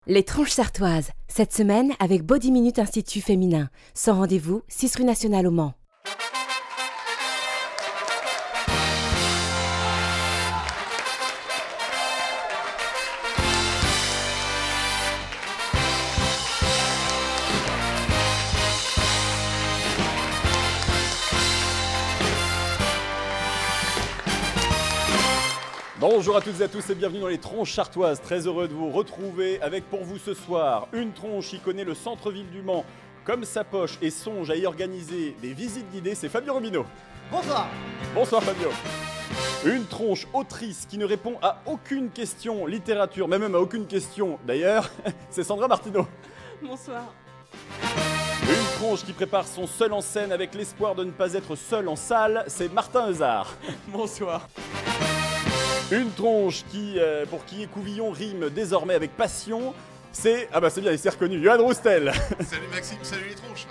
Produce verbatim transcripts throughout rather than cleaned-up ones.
Les tronches sartoises, cette semaine avec Body Minute Institut Féminin. Sans rendez-vous, six rue Nationale au Mans. Bonjour à toutes et à tous et bienvenue dans les tronches chartoises. Très heureux de vous retrouver avec pour vous ce soir une tronche qui connaît le centre-ville du Mans comme sa poche et songe à y organiser des visites guidées, c'est Fabio Romino. Bonsoir. Bonsoir Fabio. Une tronche autrice qui ne répond à aucune question littérature, mais même à aucune question d'ailleurs, c'est Sandra Martino. Bonsoir. Une tronche qui prépare son seul en scène avec l'espoir de ne pas être seul en salle, c'est Martin Euzard. Bonsoir. Une tronche qui, euh, pour qui Écouvillon rime désormais avec passion, c'est... Ah bah c'est bien, il s'est reconnu, Johan Roustel. Salut Maxime, salut les tronches.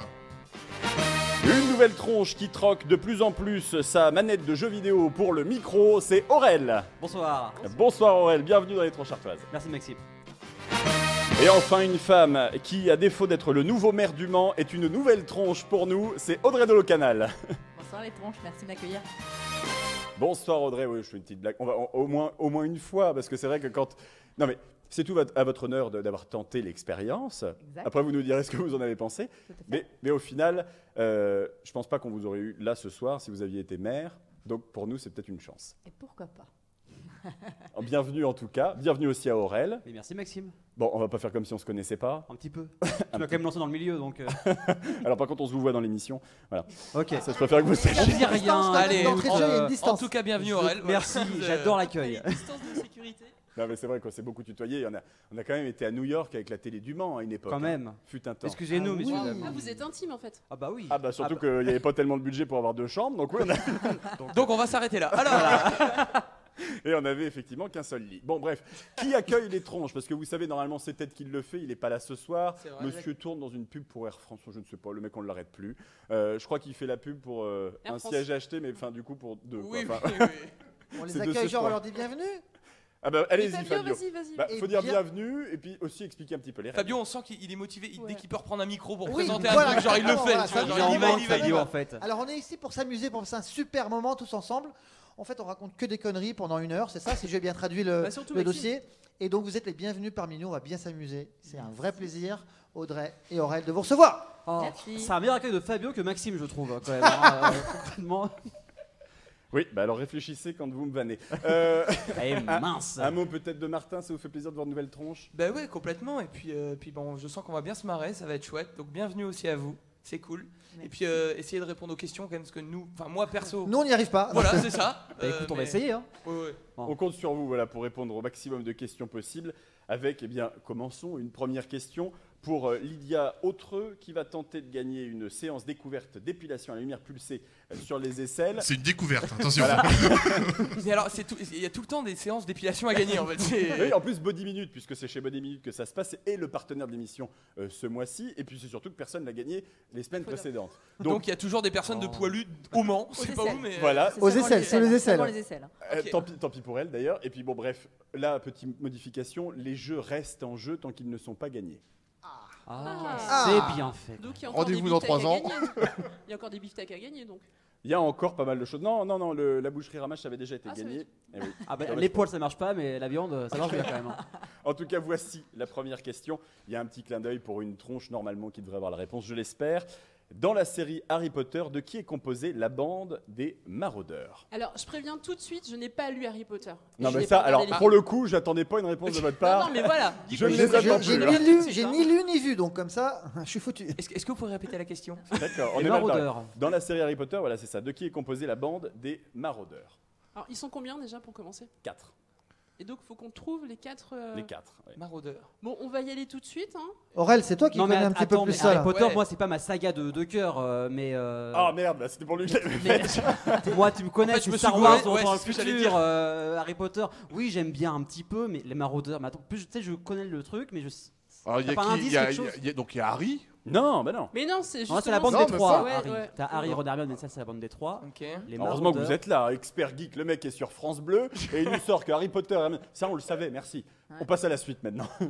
Une nouvelle tronche qui troque de plus en plus sa manette de jeu vidéo pour le micro, c'est Aurel. Bonsoir. Bonsoir Aurel, bienvenue dans les tronches chartoises. Merci Maxime. Et enfin une femme qui, à défaut d'être le nouveau maire du Mans, est une nouvelle tronche pour nous, c'est Audrey Delocanal. Bonsoir les tronches, merci de m'accueillir. Bonsoir Audrey, oui je fais une petite blague, on va, au, moins, au moins une fois, parce que c'est vrai que quand... Non mais c'est tout à votre honneur de, d'avoir tenté l'expérience, Exact. Après vous nous direz ce que vous en avez pensé, mais, mais au final, euh, je pense pas qu'on vous aurait eu là ce soir si vous aviez été maire, donc pour nous c'est peut-être une chance. Et pourquoi pas? Bienvenue en tout cas, bienvenue aussi à Aurel. Et merci Maxime. Bon, on va pas faire comme si on se connaissait pas. Un petit peu. Tu m'as quand même lancé dans le milieu donc. Euh... Alors par contre on se vous voit dans l'émission, voilà. Ok. Ça je préfère que vous sachiez. On dit rien. Allez, Allez, euh, En tout cas, bienvenue Aurel. Merci, j'adore l'accueil. Distance de sécurité. Non mais c'est vrai qu'on s'est beaucoup tutoyé, on a, on a quand même été à New York avec la télé du Mans à une époque. Quand même. Hein. Fut un temps. Excusez-nous, Ah, messieurs oui. dames. Ah, vous êtes intime en fait. Ah bah oui. Ah bah surtout Ah bah- qu'il n'y avait pas tellement de budget pour avoir deux chambres, donc oui on a... Donc, Donc on va s'arrêter là. Alors, Et on avait effectivement qu'un seul lit. Bon bref, qui accueille les tronches? Parce que vous savez, normalement c'est Ted qui le fait, il n'est pas là ce soir. C'est vrai. Monsieur tourne dans une pub pour Air France, je ne sais pas, le mec on ne l'arrête plus. Euh, je crois qu'il fait la pub pour euh, Air un France. siège acheté, mais enfin du coup pour deux. oui, quoi. oui, Enfin, oui. On les C'est de accueille, ce genre soir. on leur dit bienvenue. Ah bah allez-y Fabio, Fabio. vas-y, vas-y. Bah, Et faut dire bien- bienvenue et puis aussi expliquer un petit peu les règles. Fabio, on sent qu'il est motivé. il- Ouais. Dès qu'il peut reprendre un micro pour Oui, présenter voilà, un truc, genre il le fait. voilà, tu vois, ça, genre, il il y va, en il y va, il y Fabio va. en fait. Alors on est ici pour s'amuser, pour passer un super moment tous ensemble. En fait, on raconte que des conneries pendant une heure, c'est ça, si j'ai bien traduit le, Bah, surtout le Maxime. dossier. Et donc vous êtes les bienvenus parmi nous, on va bien s'amuser. C'est un vrai plaisir, Audrey et Aurel, de vous recevoir. Oh, Merci. c'est un meilleur accueil de Fabio que Maxime, je trouve, hein, quand même. hein, euh, concrètement. Oui, bah alors réfléchissez quand vous me vannez. Euh, Eh mince. un mot peut-être de Martin, ça vous fait plaisir de voir une nouvelle tronche? Bah ouais, complètement. Et puis, euh, puis bon, je sens qu'on va bien se marrer, ça va être chouette. Donc bienvenue aussi à vous, c'est cool. Et puis euh, essayez de répondre aux questions quand même, parce que nous, enfin moi perso, Nous on n'y arrive pas. voilà, c'est ça. Bah, écoute, on va mais- essayer. Hein. Ouais, ouais. On compte sur vous voilà, pour répondre au maximum de questions possibles. Avec, eh bien, commençons une première question pour euh, Lydia Autreux qui va tenter de gagner une séance découverte d'épilation à la lumière pulsée euh, sur les aisselles. C'est une découverte, attention. Voilà. Mais alors, c'est tout- il y a tout le temps des séances d'épilation à gagner en fait. C'est- Oui, en plus Body Minute, puisque c'est chez Body Minute que ça se passe, et le partenaire de l'émission euh, ce mois-ci. Et puis c'est surtout que personne n'a gagné les semaines Voilà. précédentes. Donc il y a toujours des personnes de Oh. poilus au Mans, c'est pas aisselles. où, mais. euh, Voilà. Aux aisselles, sur les aisselles. Seulement les aisselles. Euh, Ok. tant, pis, tant pis pour elle d'ailleurs. Et puis bon, bref, là, petite modification, les jeux restent en jeu tant qu'ils ne sont pas gagnés. Ah, Ah. c'est bien fait. Donc il y a encore Rendez-vous des dans beefsteaks trois à ans. gagner. Il y a encore des beefsteaks à gagner donc. Il y a encore pas mal de choses. Non, non, non, le- la boucherie Ramache, ça avait déjà été Ah, ça gagné. Eh oui. Ah bah, Ça les reste poils ça marche pas, mais la viande ça marche bien quand même. hein. En tout cas, voici la première question. Il y a un petit clin d'œil pour une tronche normalement qui devrait avoir la réponse, je l'espère. Dans la série Harry Potter, de qui est composée la bande des maraudeurs? Alors je préviens tout de suite, je n'ai pas lu Harry Potter. Non, Je mais n'ai ça, pas regardé alors les pour films. le coup, j'attendais pas une réponse de votre Non, part. non, mais voilà. Je ne J'ai les attends j'ai plus. ni hein. lu, C'est j'ai ça. ni lu ni vu, donc comme ça, je suis foutu. Est-ce que, est-ce que vous pouvez répéter la question? D'accord, on Les est mal barré. maraudeurs. Dans la série Harry Potter, voilà, c'est ça. De qui est composée la bande des maraudeurs? Alors ils sont combien déjà pour commencer? Quatre. Et donc il faut qu'on trouve les quatre. euh, Les quatre. ouais. Maraudeur. Bon, on va y aller tout de suite. Hein. Aurel, c'est toi qui Non mais connais un petit peu attends, plus mais ça Harry là. Potter, Ouais. moi c'est pas ma saga de, de cœur, euh, mais euh, Ah merde, bah, c'était pour lui que j'avais mais- fait. moi tu me connais, En fait, je c'est me Star suis Wars, gouré, ouais, dans c'est le ce que j'allais futur, dire. euh, Harry Potter. Oui j'aime bien un petit peu, mais les maraudeurs, mais attends, plus, tu sais je connais le truc, mais je. Alors, il y a T'as pas un qui- indice, il y a- quelque il y a- chose il y a- Donc il y a Harry. Non, bah non. Mais non, c'est juste. Non, c'est la bande Non, des mais trois, ouais, Harry. ouais. T'as Harry, Ron, Hermione, mais ça c'est la bande des trois. Ok. Les Heureusement que vous maraudeurs. êtes là, expert geek, le mec est sur France Bleu et il nous sort que Harry Potter, ça on le savait, merci. Ouais. On passe à la suite maintenant.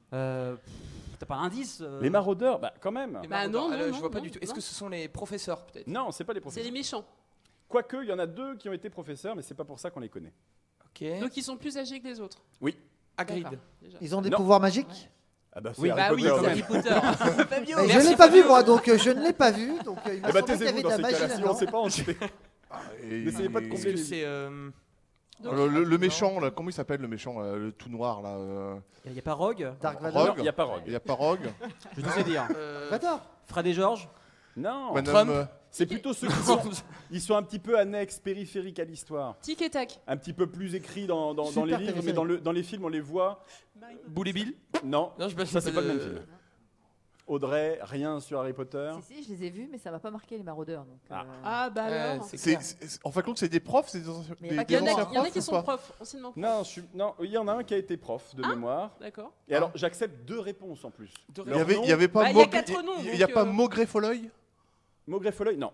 Euh, pff, T'as pas un indice euh Les maraudeurs, bah quand même. Les Bah maraudeurs, non, ah, là, non, je vois non, pas non, du tout. Est-ce non. que ce sont les professeurs peut-être? Non, c'est pas les C'est professeurs. les méchants. Quoique, il y en a deux qui ont été professeurs, mais c'est pas pour ça qu'on les connaît. Ok. Donc ils sont plus âgés que les autres. Hagrid. D'accord, déjà. Ils ont des Non. pouvoirs magiques. Ah bah c'est Oui, Harry bah oui, Potter, c'est donc. Harry Potter. Fabio. Mais je Merci, l'ai pas vu Fabio. moi, donc euh, je ne l'ai pas vu. Donc euh, il m'a Eh bah semblé qu'il y taisez-vous avait de dans la ces magie cas-là, si on là-dedans. sait pas, on sait. Et- N'essayez pas de et- Est-ce combler que les- c'est. euh, Donc, le, le- le méchant, là, comment il s'appelle le méchant, là, le tout noir là euh, Il n'y a pas Rogue. Dark Rogue. Vador. Il n'y a pas Rogue. Il n'y a pas Rogue. Je te sais dire. euh, Vador. Fred et George. Non, Madame, Trump. euh, c'est plutôt ceux qui sont, ils sont un petit peu annexes, périphériques à l'histoire. Tic et tac. Un petit peu plus écrits dans, dans, dans Super les livres, mais périphérique. dans, le, dans les films, on les voit. Boule et Bill. Non, Non, je sais pas. ça c'est pas le même de- film. Audrey, rien sur Harry Potter. Si, si, je les ai vus, mais ça m'a pas marqué les maraudeurs. Donc, Ah. euh, Ah bah Ouais, alors. c'est c'est- clair. c'est- en fin de compte, c'est des profs, c'est des, anciens- Mais y a des, pas des Il y en anciens a, il y en a profs qui ou sont pas profs, anciennement profs. Non, je suis- non, il y en a un qui a été prof de Ah. mémoire. D'accord. Et alors, j'accepte deux réponses en plus. Deux Il y avait, il y avait pas Bah, il y a Maugre- quatre noms, il y- il donc, y a pas euh, Maugrey Folloy. Maugrey Folloy, non.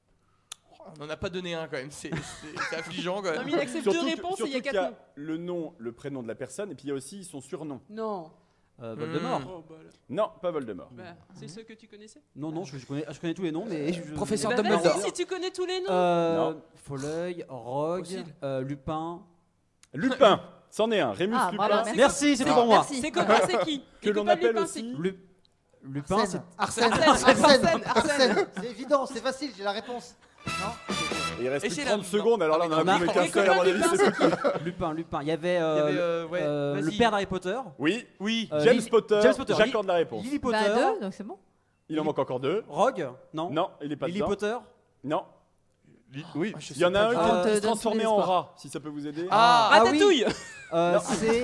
On n'en a pas donné un quand même. C'est c'est- c'est affligeant quand Non, même. mais il accepte Surtout deux que- réponses et surtout il y a qu'il quatre noms. le nom, le prénom de la personne, et puis il y a aussi son surnom. Non. Euh, Voldemort. Hmm. Oh, bah, là. Non, pas Voldemort. Bah, c'est ceux que tu connaissais. Non, non, je, je connais, je connais tous les noms, mais. Je, Professeur Bah, Dumbledore. vas-y, si tu connais tous les noms. Euh, Non. Folleuil, Rogue, Possible. euh, Lupin. Lupin, c'en est un. Rémus Ah, Lupin, bravo, merci. Merci, c'était Ah, pour moi. merci. C'est copain, c'est qui que Les l'on copains de appelle Lupin, aussi. c'est- Lu- Lupin, c'est. Arsène. Arsène, Arsène. Arsène, Arsène. Arsène. C'est évident, c'est facile, j'ai la réponse. Non. Et il reste Et plus c'est de la- trente secondes, alors là on en a On a- plus Les qu'un seul, à mon copains avis, Lupin, c'est foutu. Lupin, Lupin. Il y avait, Il y euh, avait, euh, ouais, euh, le vas-y. père d'Harry Potter. Oui, Oui. Euh, James Lily- Potter, James Potter. j'accorde la réponse. Lily Potter. Bah, deux, donc c'est bon. Il en manque encore deux. Rogue. Non. Non, il est pas Lily dedans. Potter. Non, Li- Oui. Ah, je il y en a sais un pas. qui On te qui se donne transformait tous en les espoirs. rat, si ça peut vous aider. Ah, ah oui. Ratatouille. Euh, c'est.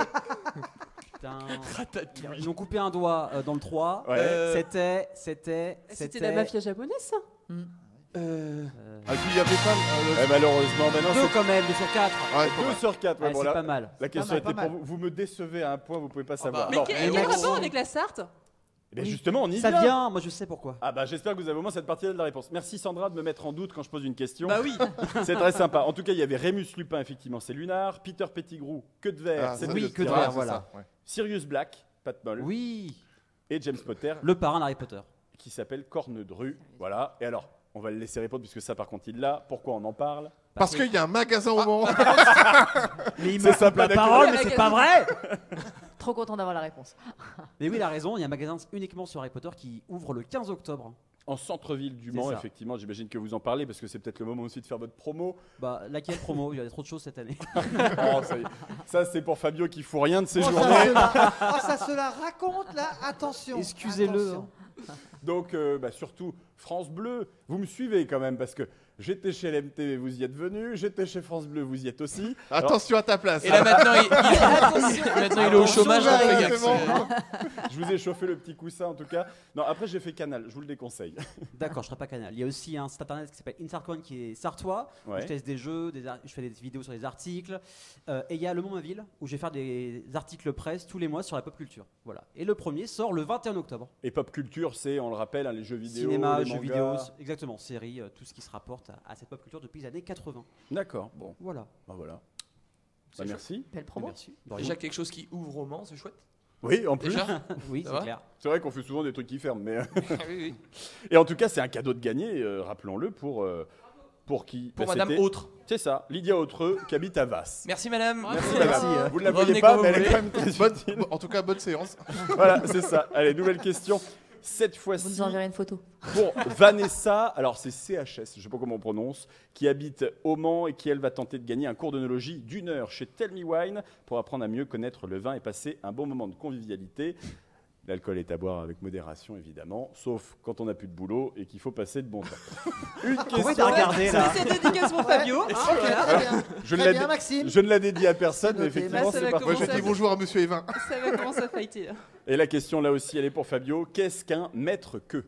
Putain. Ratatouille. Ils ont coupé un doigt euh, dans le trois. Ouais. Euh, C'était. C'était. C'était la mafia japonaise, ça. euh, Euh, Ah, puis il y avait pas. euh, Eh, malheureusement, maintenant deux c'est quand même, deux sur quatre. ouais, pas deux mal. sur quatre. Ouais, Ouais, bon, c'est là, pas mal. la question mal, était pas pour mal. vous. Vous me décevez à un point, vous pouvez pas bah, savoir. Mais Non. quel et quel Max- rapport avec la Sarthe Eh bien, justement, on y Ça vient. vient, moi je sais pourquoi. Ah bah j'espère que vous avez au moins cette partie-là de la réponse. Merci Sandra de me mettre en doute quand je pose une question. Bah oui. C'est très sympa. En tout cas, il y avait Rémus Lupin, effectivement, c'est Lunar. Peter Pettigrew, queue de verre, Ah, c'est ça, oui, le queue de pirate. verre, c'est voilà. ça, ouais. Sirius Black, Pat Moll. Oui. Et James Potter, Le parrain d'Harry Potter. qui s'appelle Corne Dru. Voilà. Et alors, on va le laisser répondre puisque ça, par contre, il l'a. Pourquoi on en parle Parce qu'il y a un magasin au Mans. Mais il C'est me sympa coupe la d'accueillir. parole, mais c'est pas vrai. Trop content d'avoir la réponse. Mais oui, il a raison, il y a un magasin uniquement sur Harry Potter qui ouvre le quinze octobre. En centre-ville du C'est Mans, ça. effectivement. J'imagine que vous en parlez parce que c'est peut-être le moment aussi de faire votre promo. Bah, laquelle promo? Il y a trop de choses cette année. Oh, ça, y est. Ça, c'est pour Fabio qui fout rien de ses Oh, ça, journées. se la... oh, ça se la raconte là, attention. Excusez-le, Attention. Donc, euh, bah, surtout, France Bleu, vous me suivez quand même parce que j'étais chez L M T V, vous y êtes venu. J'étais chez France Bleu, vous y êtes aussi. Alors, Attention à ta place. Et là maintenant, il, il- Attention. maintenant, il est au Attention, chômage. donc fais gaffe. exactement. je vous ai chauffé le petit coussin en tout cas. Non, après, j'ai fait Canal, je vous le déconseille. D'accord, je serai pas canal. Il y a aussi un site internet qui s'appelle Insartcoin qui est sartois. Où Ouais. je teste des jeux, des ar- je fais des vidéos sur des articles. Euh, et il y a Le Mont Ma Ville où je vais faire des articles presse tous les mois sur la pop culture. Voilà. Et le premier sort le vingt et un octobre. Et pop culture, c'est, on le rappelle, hein, les jeux vidéo, Cinéma, les jeux mangas. vidéo, c- exactement, séries, euh, tout ce qui se rapporte à, à cette pop culture depuis les années quatre-vingts. D'accord, bon, Voilà. bah voilà. C'est Bah, merci. Belle promo. Merci. De rien. Déjà quelque chose qui ouvre au Mans, c'est chouette. Oui, en plus. Déjà. Oui, Ça c'est va clair. C'est vrai qu'on fait souvent des trucs qui ferment, mais. oui, oui. Et en tout cas, c'est un cadeau de gagner, euh, rappelons-le, pour. euh, Pour qui Pour Bah, Madame c'était- Autre. C'est ça, Lydia Autreux, qui habite à Vasse. Merci Madame. Merci, Merci, madame. euh, Vous ne la revenez voyez pas, quand mais vous elle est voulez. quand même très Bonne- utile. En tout cas, bonne séance. Voilà, c'est ça. Allez, nouvelle question. Cette Vous fois-ci, nous enverrez une photo. pour Vanessa, alors c'est C H S, je ne sais pas comment on prononce, qui habite au Mans et qui, elle, va tenter de gagner un cours d'œnologie d'une heure chez Tell Me Wine pour apprendre à mieux connaître le vin et passer un bon moment de convivialité. L'alcool est à boire avec modération, évidemment, sauf quand on n'a plus de boulot et qu'il faut passer de bon temps. Une Pourquoi t'as question, regardé là? C'est dédicace pour Fabio. hein, Ok, voilà. très bien. je ne Très l'ai bien, Maxime. je ne l'ai dédié à personne, C'est mais noté. effectivement, Là, ça c'est va pas Moi, j'ai commencer dit à- bonjour à Monsieur Evin. Ça va commencer à fighter. là. Et la question, là aussi, elle est pour Fabio. Qu'est-ce qu'un maître que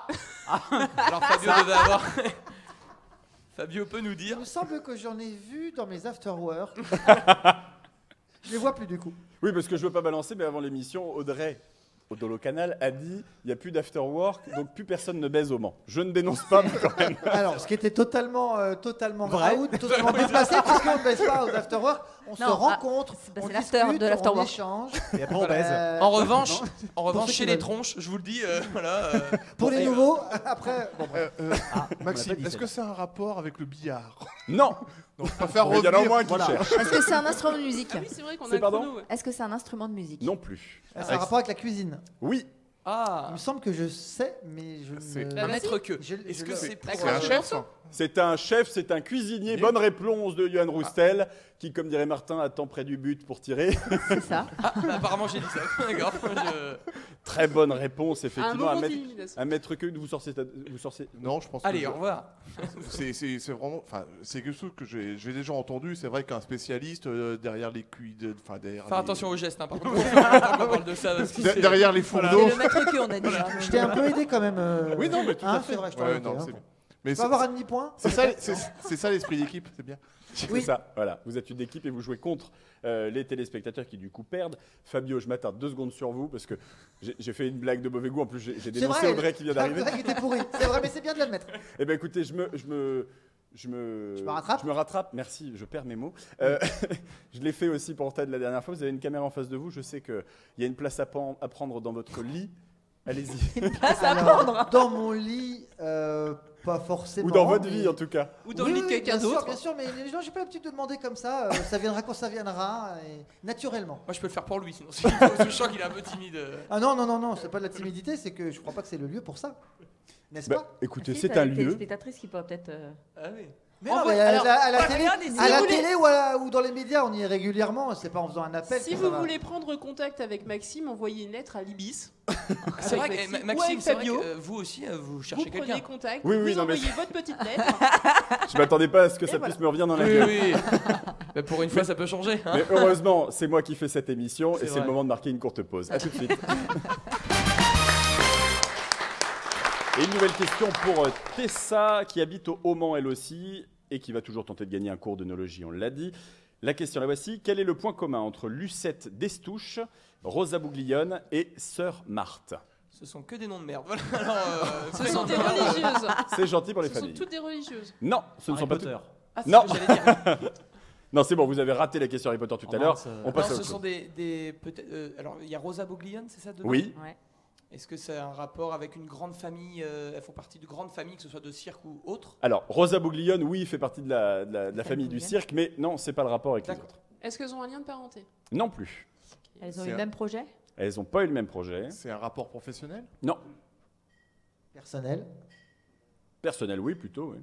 Alors Fabio devait avoir. Fabio peut nous dire. Il me semble que j'en ai vu dans mes afterwork. Je les vois plus du coup. Oui, parce que je veux pas balancer, mais avant l'émission, Audrey, au Dolo Canal, a dit il n'y a plus d'afterwork, donc plus personne ne baise au Mans. Je ne dénonce pas, mais quand même. Alors, ce qui était totalement, euh, totalement Vrai. out, totalement déplacé, puisqu'on ne baisse pas aux afterwork. on se Non, ah, rencontre, c'est- bah, on c'est l'after discute, de l'afterwork. on échange. Et après, on baise. Euh, En revanche, en Pour revanche ceux chez qui les veulent. tronches, je vous le dis, euh, voilà. euh, Pour bon, les et, nouveaux, après, bon, Euh, euh, Ah, on l'a Maxime, pas dit, est-ce que celle-là. c'est un rapport avec le billard? Non. Donc je préfère Il y en a au revenir. moins qui Voilà. cherchent. Est-ce que c'est un instrument de musique Ah oui, c'est vrai qu'on C'est a un pardon chrono. ouais. Est-ce que c'est un instrument de musique Non plus. c'est un rapport avec la cuisine. Oui. Ah, Il me semble que je sais, mais je C'est- ne... Bah, un vas-y. maître que. Je- Est-ce je que le- c'est pour C'est un euh, chef? C'est un chef, c'est un cuisinier. Bonne réponse de Johan Roustel, qui, comme dirait Martin, attend près du but pour tirer. C'est ça. Ah, bah, apparemment j'ai dit ça. D'accord. Je- Très bonne réponse, Un effectivement. moment Un maître, d'élimination. un maître que vous sortez, vous sortez. Non, je pense Allez, que au revoir. c'est c'est- c'est vraiment, enfin, c'est quelque chose que j'ai j'ai déjà entendu. C'est vrai qu'un spécialiste euh, derrière les cuits, de- enfin derrière. Faire les- attention aux gestes, hein, par contre. On parle de ça. Parce que De- c'est- derrière les C'est fourneaux. le maître que on a dit. Je t'ai un peu aidé quand même. euh, Oui, non, mais tout hein, à fait. C'est vrai, je t'en Ouais, ai non, aidé, c'est hein. Mais Tu c'est vas avoir un demi-point. c'est ça, c'est c'est ça l'esprit d'équipe, c'est bien. C'est Oui. ça, voilà. Vous êtes une équipe et vous jouez contre euh, les téléspectateurs qui, du coup, perdent. Fabio, je m'attarde deux secondes sur vous parce que j'ai j'ai fait une blague de mauvais goût. En plus, j'ai j'ai C'est dénoncé vrai, Audrey qui vient c'est d'arriver. vrai qu'il était pourri. C'est vrai, mais c'est bien de l'admettre. Eh bien, écoutez, je me, je me, je me, Je me rattrape Je me rattrape. Merci, je perds mes mots. Euh, je l'ai fait aussi pour Ted la dernière fois. Vous avez une caméra en face de vous. Je sais qu'il y a une place à, pan- à prendre dans votre lit. Allez-y. Place à Alors, prendre. dans mon lit, euh, pas forcément. Ou dans votre mais- vie, en tout cas. Ou dans Oui, le lit de oui, quelqu'un bien sûr, d'autre. Bien sûr, mais les gens, j'ai pas l'habitude de demander comme ça. euh, ça viendra quand ça viendra, et naturellement. Moi, je peux le faire pour lui, sinon c'est- je sens qu'il est un peu timide. euh. Ah non, non, non, non, c'est pas de la timidité, c'est que je crois pas que c'est le lieu pour ça. N'est-ce Bah, pas écoutez, Si, c'est t'as un des lieu. téléspectatrices qui peuvent peut-être. euh, Ah oui. Mais En non, vrai, mais à, alors, la- à la télé, regardez, si à la vous voulez- télé ou, à la- ou dans les médias, on y est régulièrement. C'est pas en faisant un appel. Si que vous ça va. voulez prendre contact avec Maxime, envoyez une lettre à l'Ibis. C'est vrai Avec que Maxime. eh, Ma- Ou Maxime, avec c'est vrai Fabio. que euh, vous aussi, euh, vous Vous cherchez prenez quelqu'un. contact, Oui, oui, vous non, mais envoyez votre petite lettre. Je m'attendais pas à ce que ça Et puisse me revenir dans la Oui, gueule. oui. Bah, pour une fois, ça peut changer. hein. Mais heureusement, c'est moi qui fais cette émission C'est et c'est vrai. le moment de marquer une courte pause. À tout de suite. Et une nouvelle question pour euh, Tessa qui habite au Mans elle aussi et qui va toujours tenter de gagner un cours d'œnologie, on l'a dit. La question la voici. Quel est le point commun entre Lucette Destouches, Rosa Bouglione et Sœur Marthe? Ce sont que des noms de merde. Voilà. Alors, euh, Ce très sont des bien. religieuses. C'est gentil pour les Ce sont familles. toutes des religieuses. Non, ce ne Harry sont pas Potter. toutes. Ah, c'est Non. ce que j'allais dire. Non, c'est bon, vous avez raté la question Harry Potter tout Oh à l'heure. mince, euh, On Non, passe à ce autre sont chose. des, des peut-être. euh, alors, il y a Rosa Bouglione, c'est ça dedans Oui. Ouais. Est-ce que c'est un rapport avec une grande famille euh, Elles font partie de grandes familles, que ce soit de cirque ou autre. Alors, Rosa Bouglione, oui, fait partie de la, de la- de la famille du Bouglione. cirque, mais non, c'est pas le rapport avec les D'accord. autres. Est-ce qu'elles ont un lien de parenté? Non plus. Elles ont C'est eu le un- même projet. Elles n'ont pas eu le même projet. C'est un rapport professionnel? Non. Personnel. Personnel, oui, plutôt. Oui.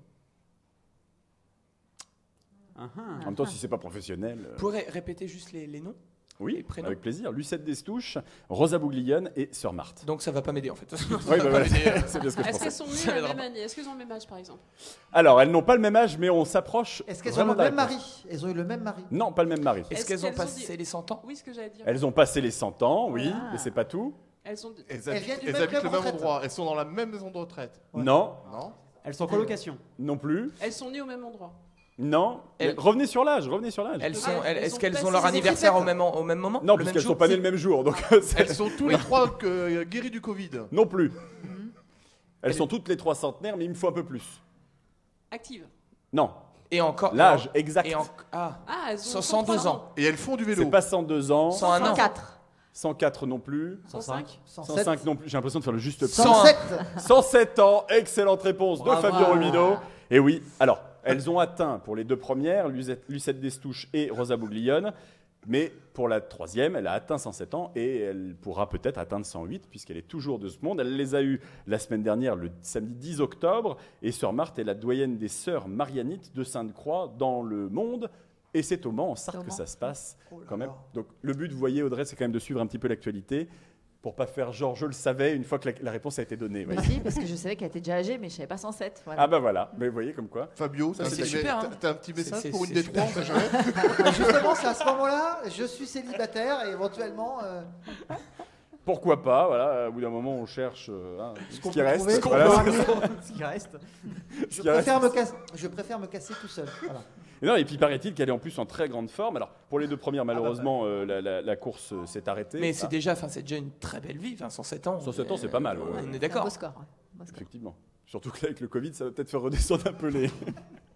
Ah, ah. En même temps, si c'est pas professionnel. euh, Vous pourrez répéter juste les, les noms Oui, les prénoms. avec plaisir. Lucette Destouches, Rosa Bouglione et Sœur Marthe. Donc ça va pas m'aider en fait. Oui, bah voilà, c'est bien ce que je Est-ce qu'elles pensais. sont Ça nées à la m'aidera même pas. année? Est-ce qu'elles ont le même âge, par exemple? Alors, elles n'ont pas le même âge, mais on s'approche. Est-ce qu'elles ont vraiment le de la même réponse. mari Elles ont eu le même mari. Non, pas le même mari. Est-ce Est-ce qu'elles ont qu'elles ont passé dit- les cent ans Oui, ce que j'allais dire. Elles ont passé les cent ans, oui, Ah. mais c'est pas tout. Elles ont. Elles Elles habitent, viennent du elles même habitent club le même retraite. endroit. Elles sont dans la même maison de retraite. Ouais. Non, Non? Elles sont en colocation. non plus. Elles sont nées au même endroit. Non. Elles- Revenez sur l'âge, revenez sur l'âge. Elles sont, Ah, elles- elles Est-ce ont qu'elles passé ont leur des anniversaire au étiquettes. même, au même moment Non, Le parce même qu'elles jour sont pas nées le même jour, donc c'est- Elles sont tous les trois que- guéries du Covid. non plus. Mhm. Elles sont toutes les trois centenaires, mais il me faut un peu plus. Actives. Non, Et encore. l'âge exact. Et en, ah, Ah, elles ont cent deux ans. Et elles font du vélo. C'est pas cent deux ans, cent un ans. quatre. cent quatre non plus, cent cinq. cent cent sept. cinq non plus. J'ai l'impression de faire le juste prix. cent un. cent sept. cent sept ans, excellente réponse Bravo. de Fabien Romino. Et oui, alors, elles ont atteint pour les deux premières, Lucette, Lucette Destouches et Rosa Bouglione, mais pour la troisième, elle a atteint cent sept ans et elle pourra peut-être atteindre cent huit puisqu'elle est toujours de ce monde. Elle les a eues la semaine dernière, le samedi dix octobre, et Sœur Marthe est la doyenne des sœurs marianites de Sainte-Croix dans le monde. Et c'est au Mans, en Sarthe, Au que Mans. ça se passe Oh là quand même. là. Donc le but, vous voyez, Audrey, c'est quand même de suivre un petit peu l'actualité pour pas faire genre je le savais une fois que la, la réponse a été donnée. vous Mais voyez. si, parce que je savais qu'elle était déjà âgée, mais je savais pas cent sept. Voilà. Ah bah voilà, mais vous voyez comme quoi. Fabio, Ça, t'as un, c'est petit- super, hein. t'as- t'as un petit message C'est- pour c'est- une des c'est trois, on sait jamais. Bah, justement, c'est à ce moment-là, je suis célibataire et éventuellement. euh, Pourquoi pas, voilà, au bout d'un moment on cherche euh, hein, ce, qu'on qui peut reste. trouver, qu'on Voilà, peut ce- ramener. Ce qui reste. Je qui reste. préfère, me casser, je préfère me casser tout seul. Voilà. Et, non, et puis paraît-il qu'elle est en plus en très grande forme. Alors pour les deux premières, malheureusement, euh, la, la- la course euh, s'est arrêtée. Mais c'est Ah, déjà, enfin, c'est déjà une très belle vie. Enfin, cent sept ans. cent sept ans, c'est pas mal, ouais. On est C'est un d'accord. beau score. ouais. Beau score. Effectivement. Surtout que là, avec le Covid, ça va peut-être faire redescendre un peu les.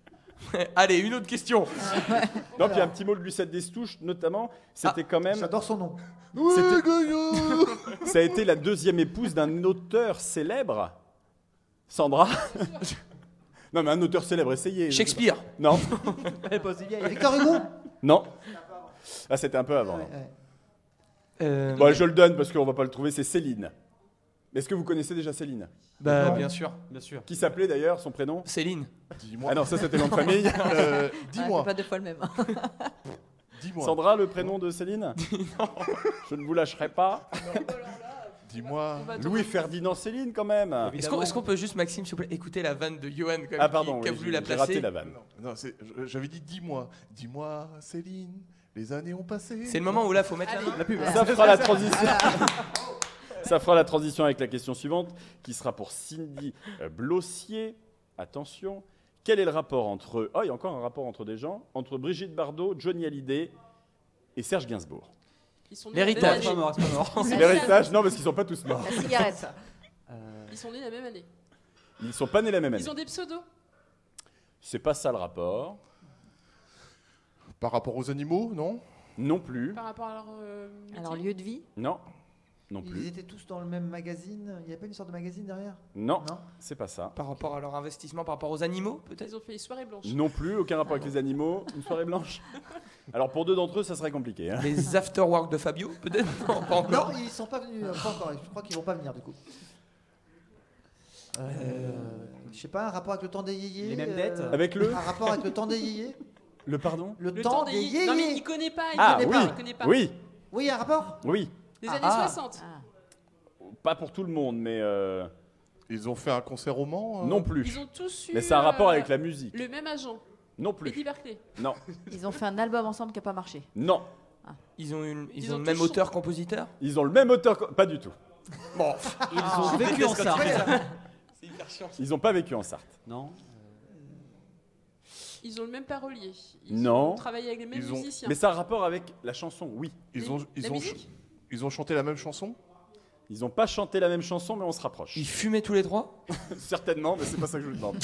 Allez, une autre question. Non, puis un petit mot de Lucette Destouches, notamment, c'était quand même. J'adore son nom. C'était- Ça a été la deuxième épouse d'un auteur célèbre. Sandra. Non, mais un auteur célèbre, essayez. Shakespeare. Non, Elle est pas aussi vieille. Victor Hugo. non. Ah, c'était un peu avant. Ouais, hein. ouais. Euh, Bon, je le donne parce qu'on va pas le trouver, c'est Céline. Est-ce que vous connaissez déjà Céline? Bah, Non. bien sûr. Bien sûr. Qui s'appelait d'ailleurs, son prénom? Céline. Dis-moi. Ah non, ça c'était le nom de famille. Euh, Ah, dis-moi. c'est pas deux fois le même. Dis-moi. Sandra, le prénom de Céline? Je ne vous lâcherai pas. Dis-moi. On va Louis Ferdinand Céline, quand même. Est-ce qu'on, est-ce qu'on peut juste, Maxime, s'il vous plaît, écouter la vanne de Johan quand même, Ah, pardon, qui, qui a oui, voulu j'ai- la j'ai raté placer. la vanne. Non, c'est- je- j'avais dit dis-moi. Dis-moi, Céline. Les années ont passé. C'est le moment où là, faut mettre la main. La pub. Ça fera la transition. Ça fera la transition avec la question suivante, qui sera pour Cindy euh, Blossier. Attention. Quel est le rapport entre... Oh, il y a encore un rapport entre des gens. Entre Brigitte Bardot, Johnny Hallyday et Serge Gainsbourg. Ils sont nés L'héritage. la C'est même pas année. mort, c'est pas mort. La L'héritage, non, parce qu'ils sont pas tous morts. La cigarette. Euh, Ils sont nés la même année. Ils sont pas nés la même année. Ils ont des pseudos. C'est pas ça le rapport. Par rapport aux animaux, non? Non plus. Par rapport à leur euh, métier. Alors, lieu de vie. Non. Non Ils plus. étaient tous dans le même magazine. Il n'y a pas une sorte de magazine derrière? Non, Non. c'est pas ça. Par rapport à leur investissement, par rapport aux animaux, peut-être. Ils ont fait les soirées blanches. Non plus, aucun rapport avec les animaux. Une soirée blanche. Alors pour deux d'entre eux, ça serait compliqué. hein. Les afterwork de Fabio, peut-être. Non, pas encore. Non, ils sont pas venus. euh, pas encore. Je crois qu'ils vont pas venir du coup. Euh, je sais pas, un rapport avec le temps des yéyés. Les mêmes euh, dettes Avec le Un rapport avec le temps des yéyés. Le pardon Le, Le temps, temps des des yéyés. Non, mais il connaît pas. Il Ah connaît oui, pas. Il connaît pas. oui, Oui, un rapport. oui. Les Ah. années Ah. soixante. Ah. Pas pour tout le monde, mais euh, Ils ont fait un concert au Mans. euh non plus. Ils ont tous eu. Mais c'est un rapport euh, avec la musique. Le même agent. Non Eddie plus. Berkeley. Non, Ils ont fait un album ensemble qui n'a pas marché. non. Ils ont, une, ils Ils ont ont le même tous auteur-compositeur. Ils ont le même auteur. co- Pas du tout. Bon, Ils ont vécu en Sarthe. c'est hyper chiant. Ils n'ont pas vécu en Sarthe. Non. Ils ont le même parolier. Ils Non. ont travaillé avec les mêmes Ils ont- musiciens. Mais ça a un rapport avec la chanson, oui. Ils ont, ils La ont, musique ch- ils ont chanté la même chanson. Ils n'ont pas chanté la même chanson, mais on se rapproche. Ils fumaient tous les trois. Certainement, mais c'est pas ça que je vous demande.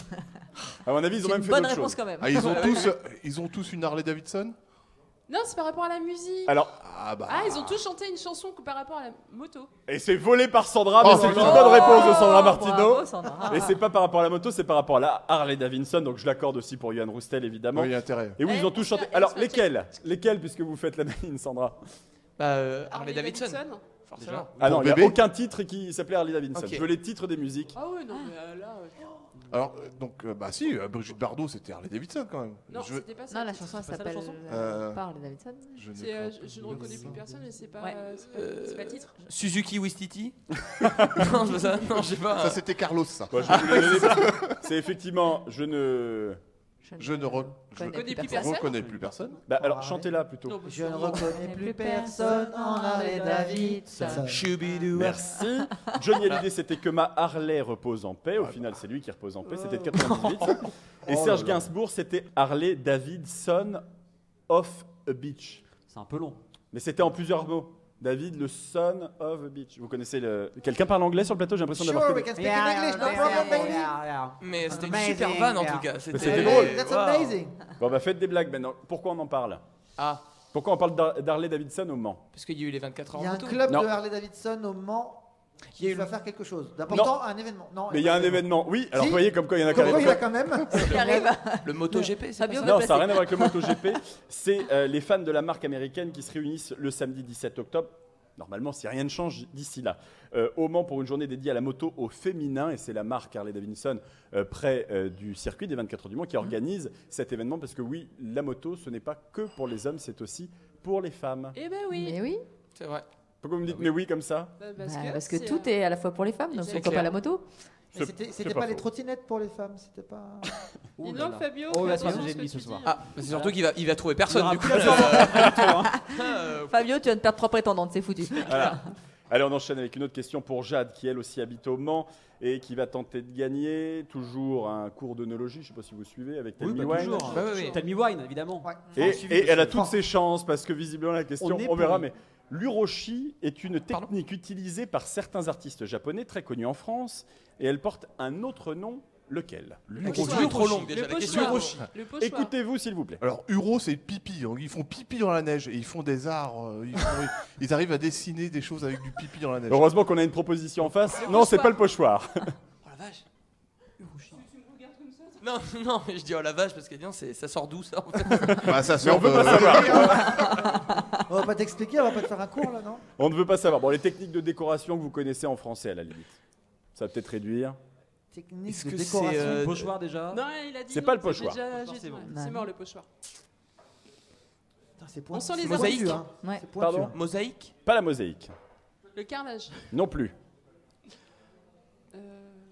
À mon avis, ils ont C'est même une fait bonne d'autres réponse choses. quand même. Ah, ils ont tous, ils ont tous une Harley Davidson. Non, c'est par rapport à la musique. Alors, Ah bah. Ah, ils ont tous chanté une chanson que par rapport à la moto. et c'est volé par Sandra, mais Oh, c'est une putain. bonne réponse de Sandra Oh, Martino. bravo, Sandra. Et c'est pas par rapport à la moto, c'est par rapport à la Harley Davidson, donc je l'accorde aussi pour Johan Roustel, évidemment. Il y a intérêt. Et oui, Eh, ils ont tous on se chanté. fait- Alors, on se fait lesquels Lesquels, puisque vous faites la maline, Sandra? Bah, euh, Harley Davidson. Forcément. Ah non, Pour il n'y a bébé aucun titre qui s'appelait Harley Davidson. Ok. Je veux les titres des musiques. Ah ouais, non, mais euh, là. euh, Alors, euh, donc, euh, bah si, euh, Brigitte Bardot, c'était Harley Davidson quand même. Non, je, c'était pas ça. Non, la chanson elle C'est pas ça, la s'appelle chanson euh, Euh, Parle Davidson. je, ne C'est, euh, crois je, je ne pas. reconnais plus personne, mais c'est pas, Ouais. c'est pas, Euh, c'est pas le titre. Suzuki Wistiti. Non, c'est pas ça. Non, je sais pas. Ça, c'était Carlos, ça. Bon, je vais vous les donner parce que c'est effectivement, je ne. Je ne re- je connais connais plus plus ne personne. reconnais plus personne. Bah, alors, Harley. chantez-la plutôt. Non, bah, Je ne sûrement. reconnais plus personne en Harley Davidson. Choubidou. Merci. Johnny Hallyday, c'était que ma Harley repose en paix. Au final, c'est lui qui repose en paix. C'était de quatre-vingt-dix-huit. Et Oh Serge là là. Gainsbourg, c'était Harley Davidson of a Beach. C'est un peu long. Mais c'était en plusieurs mots. David, le son of a beach. Vous connaissez le. Quelqu'un parle anglais sur le plateau? J'ai l'impression d'avoir Sure, que we des- can speak in English, no problem, baby. Mais c'était une Amazing, super vanne en yeah. tout cas. c'était Hey, drôle. That's Wow. amazing. Bon, bah, faites des blagues maintenant. Pourquoi on en parle? Ah, Pourquoi on parle d'Har- d'Harley Davidson au Mans? parce qu'il y a eu les vingt-quatre heures Il y a en un moto. club Non. de Harley Davidson au Mans Il y a qui eu va le- faire quelque chose d'important, un événement. Non, Mais il y a un événement. Oui, alors Si. vous voyez comme quoi il y en a Comme quoi, il y en a quand même. quand même. Il arrive. le MotoGP, c'est pas Fabio ça veut Non, ça n'a placer. rien à voir avec le MotoGP. C'est euh, les fans de la marque américaine qui se réunissent le samedi dix-sept octobre. Normalement, si rien ne change d'ici là, euh, au Mans pour une journée dédiée à la moto au féminin. Et c'est la marque Harley Davidson, euh, près euh, du circuit des vingt-quatre heures du Mans, qui organise cet événement. Parce que oui, la moto, ce n'est pas que pour les hommes, c'est aussi pour les femmes. Eh ben oui. Mais oui, C'est vrai. Pourquoi vous me dites mais oui comme ça? Bah, Bah, parce, parce que, que c'est, tout euh, est à la fois pour les femmes, donc c'est pourquoi clair. pas la moto? Mais C'était C'est c'était pas pas les faux. trottinettes pour les femmes, c'était pas. Dis donc, Fabio, Oh, fais bah, attention c'est à j'ai ce que mis tu ce soir. dis. Ah, c'est surtout qu'il va, il va trouver personne Il y du coup. aura plus Euh, Fabio, tu viens de perdre trois prétendantes, c'est foutu. Voilà. Allez, on enchaîne avec une autre question pour Jade, qui elle aussi habite au Mans et qui va tenter de gagner toujours un cours d'œnologie, je ne sais pas si vous suivez, avec Oui, Tell Me bah, Wine. toujours. Bah, oui, oui. Tell Me Wine, évidemment. Ouais. Et, suivi et de elle a ce- toutes ses chances, parce que visiblement la question, On est on verra, pourri. mais l'uroshi est une Pardon technique utilisée par certains artistes japonais très connus en France, et elle porte un autre nom Lequel? La question est trop longue déjà. Le La question est trop pochoir. longue. Le pochoir. Écoutez-vous, s'il vous plaît. Alors, Uro, c'est pipi. Donc, ils font pipi dans la neige et ils font des arts. euh, ils, font- ils arrivent à dessiner des choses avec du pipi dans la neige. Heureusement qu'on a une proposition en face. Le Non, c'est pochoir. pas le pochoir. Oh la vache. Non, non, mais je dis oh la vache parce que bien, c'est- ça sort d'où ça en fait. Bah, ça Mais sort on peut de- pas savoir. On va pas t'expliquer, on va pas te faire un cours là, non? On ne veut pas savoir. Bon, les techniques de décoration que vous connaissez en français, à la limite. Ça va peut-être réduire. Technique Est-ce de que c'est, décoration. euh, Pochoir déjà. Non, il a dit C'est non, pas le j'ai pochoir. déjà- Pochoir, j'ai c'est dit, bon. ouais, Bah C'est non. mort le pochoir. Putain, c'est On pointu, sent les c'est mosaïques. pointu, hein. Ouais. C'est pointu, Pardon hein. Mosaïque. Pas la mosaïque. Le carrelage. Non plus. Euh,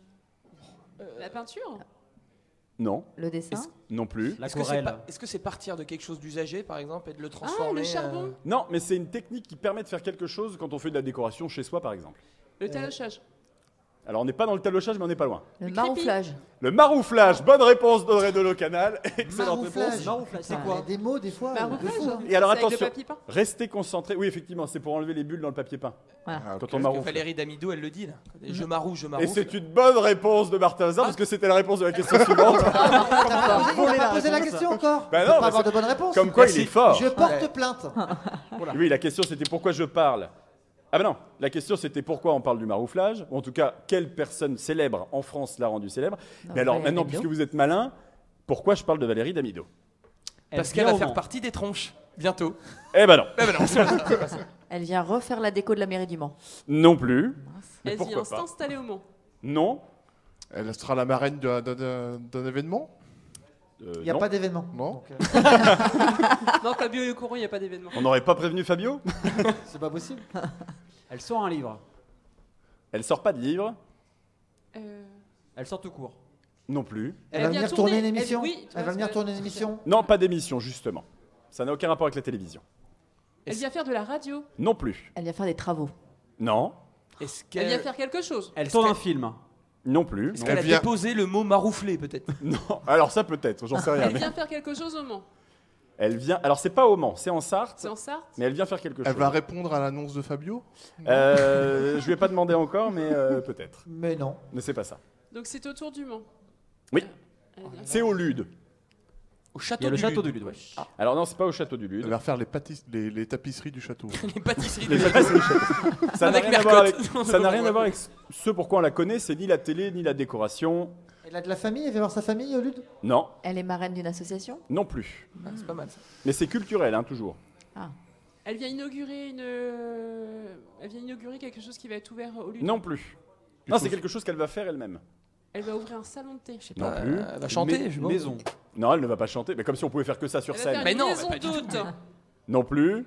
La peinture. Non. Le dessin. Est-ce- Non plus. La Est-ce que c'est Corelle. pas- est-ce que c'est partir de quelque chose d'usagé par exemple et de le Ah, transformer le charbon. euh, Non, mais c'est une technique qui permet de faire quelque chose quand on fait de la décoration chez soi, par exemple. Le talochage. Alors, on n'est pas dans le talochage, mais on n'est pas loin. Le Le marouflage. Le marouflage. Bonne réponse d'Audrey de Canal. Excellente Marouflage. réponse. Marouflage, c'est Putain, quoi? il y a des mots, des fois. Marouflage. de fou, hein. Et alors, C'est avec le attention. papier peint. Restez concentrés. Oui, effectivement, c'est pour enlever les bulles dans le papier peint. Voilà. Ah, ok. Quand on Parce que maroufle. Valérie Damido, elle le dit là. Je maroufle, je Et maroufle. c'est une bonne réponse de Martin Hazard, parce que c'était la réponse de la question suivante. T'as pas posé- il a pas posé la question encore. Bah Il non, peut mais pas avoir c'est- de bonne réponse. Comme quoi, il Merci. est fort. Je porte Ouais. plainte. Oui, la question c'était pourquoi je parle. Ah ben non, la question c'était pourquoi on parle du marouflage, ou en tout cas, quelle personne célèbre en France l'a rendu célèbre. Non, Mais alors Valérie maintenant, Damido. puisque vous êtes malin, pourquoi je parle de Valérie Damido? Parce Elle qu'elle vient va au faire Mans. partie des tronches bientôt. Eh ben non, Eh ben non, c'est pas ça, c'est pas ça. Elle vient refaire la déco de la mairie du Mans. non plus, Mais Elle pourquoi vient pas s'installer au Mans. non, Elle sera la marraine d'un- d'un d'un événement. euh, Il n'y a non. pas d'événement. Non. Donc, euh, Non, Fabio est au courant, il n'y a pas d'événement. On n'aurait pas prévenu Fabio? c'est pas possible. Elle sort un livre. Elle sort pas de livre, Euh, Elle sort tout court. non plus. Elle, Elle va vient venir tourner. tourner une Elle- émission. oui, tu Elle vois, va venir c'est- tourner une émission. Non, pas d'émission justement. Ça n'a aucun rapport avec la télévision. Elle vient faire de la radio. Non plus. Elle vient faire des travaux. Non, Est-ce Elle vient qu'elle faire quelque chose. Elle Est-ce tourne un qu'elle- film. non plus. est-ce Non. qu'elle a Elle vient- déposé le mot marouflé peut-être? Non. Alors ça peut-être, j'en sais rien. Elle vient faire quelque chose au Mans. Elle vient. Alors c'est pas au Mans, c'est en Sarthe, C'est en Sarthe. mais elle vient faire quelque Elle chose. va répondre à l'annonce de Fabio. Euh, je lui ai pas demandé encore, mais euh, peut-être. Mais non. Mais c'est pas ça. Donc c'est autour du Mans. Oui. Elle vient C'est au Lude. Au Il château y a le du château Lude. du Lude. ouais. Alors non, c'est pas au château du Elle Lude. va refaire les, pâtis- les, les tapisseries du château. Les pâtisseries Les du tapisseries du château. Ça n'a Avec rien à voir avec. Mercotte. Ça n'a rien à voir avec ce pourquoi on la connaît. C'est ni la télé ni la décoration. Elle a de la famille. Elle fait voir sa famille au Lude. Non, Elle est marraine d'une association. non plus. Ah, c'est pas mal ça. Mais c'est culturel, hein, toujours. Elle vient inaugurer une. euh, Elle vient inaugurer quelque chose qui va être ouvert au lieu. Non plus. Non, c'est quelque chose qu'elle va faire elle-même. Elle va ouvrir un salon de thé. Non Bah, plus. Elle va chanter, Une je sais pas. maison. Non, elle ne va pas chanter. Mais comme si on pouvait faire que ça sur Elle va scène. faire Mais une non, maison mais pas du tout. d'hôte. Non plus.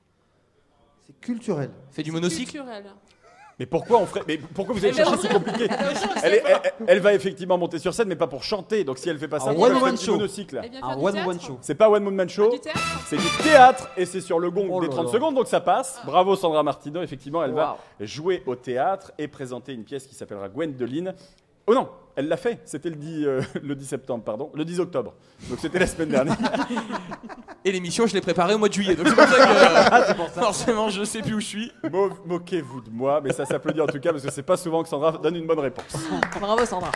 C'est culturel. Fait du monocycle. Culturel. Mais pourquoi on ferait Mais pourquoi vous allez Elle va chercher C'est ouvrir- compliqué. Elle va ouvrir un Elle, est- salon- elle- elle va effectivement monter sur scène, mais pas pour chanter. Donc si elle fait pas ça, Un pourquoi elle one-woman fait du show. monocycle. Elle vient Un faire du one théâtre. one show. C'est pas One Woman Ah, Show, du théâtre. c'est du théâtre et c'est sur le gong Oh des là trente là. secondes, donc ça passe. Bravo Sandra Martino, effectivement, elle va Wow. jouer au théâtre et présenter une pièce qui s'appellera Gwendoline. Oh non, elle l'a fait, c'était le dix, euh, le dix septembre, pardon, le dix octobre. Donc c'était la semaine dernière. Et l'émission, je l'ai préparée au mois de juillet. Donc c'est pour ça que euh, forcément, je sais plus où je suis. Mo- Moquez-vous de moi, mais ça s'applaudit en tout cas parce que c'est pas souvent que Sandra donne une bonne réponse. Bravo Sandra.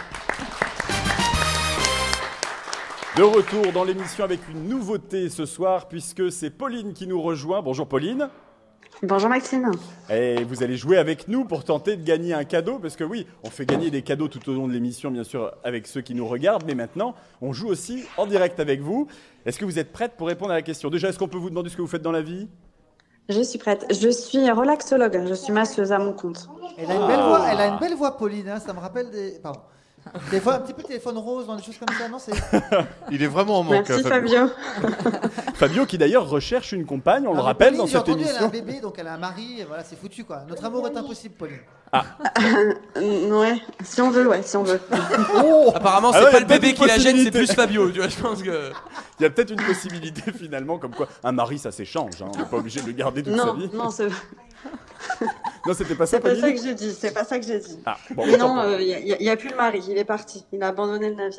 De retour dans l'émission avec une nouveauté ce soir, puisque c'est Pauline qui nous rejoint. Bonjour Pauline. Bonjour Maxime. Et vous allez jouer avec nous pour tenter de gagner un cadeau, parce que oui, on fait gagner des cadeaux tout au long de l'émission, bien sûr, avec ceux qui nous regardent, mais maintenant, on joue aussi en direct avec vous. Est-ce que vous êtes prête pour répondre à la question? Déjà, est-ce qu'on peut vous demander ce que vous faites dans la vie? Je suis prête. Je suis relaxologue. Je suis masseuse à mon compte. Elle a une belle voix. Elle a une belle voix, Pauline. hein, Ça me rappelle des. Pardon. Des fois, un petit peu téléphone rose dans des choses comme ça. Non, c'est. Il est vraiment en manque. Merci hein, Fabio. Fabio. Fabio qui d'ailleurs recherche une compagne, on Non, le mais rappelle Pauline, dans j'ai cette entendu, Elle a un émission. bébé, donc elle a un mari. Et voilà, c'est foutu quoi. Notre amour est impossible, Pauline. Mm, ouais, si on veut, ouais, si on veut. Apparemment, Ah c'est ouais, y pas a le peut-être bébé une qui la gêne, c'est possibilité. plus Fabio. Tu vois, je pense que. Il y a peut-être une possibilité finalement, comme quoi un mari ça s'échange, hein, on n'est pas obligé de le garder toute sa Non, vie. non, c'est Non, c'était pas ça, c'est pas ça Pauline que j'ai dit. C'est pas ça que j'ai dit. Ah, bon, Mais autant non, pour moi. il n'y a, y a plus le mari. Il est parti. Il a abandonné le navire.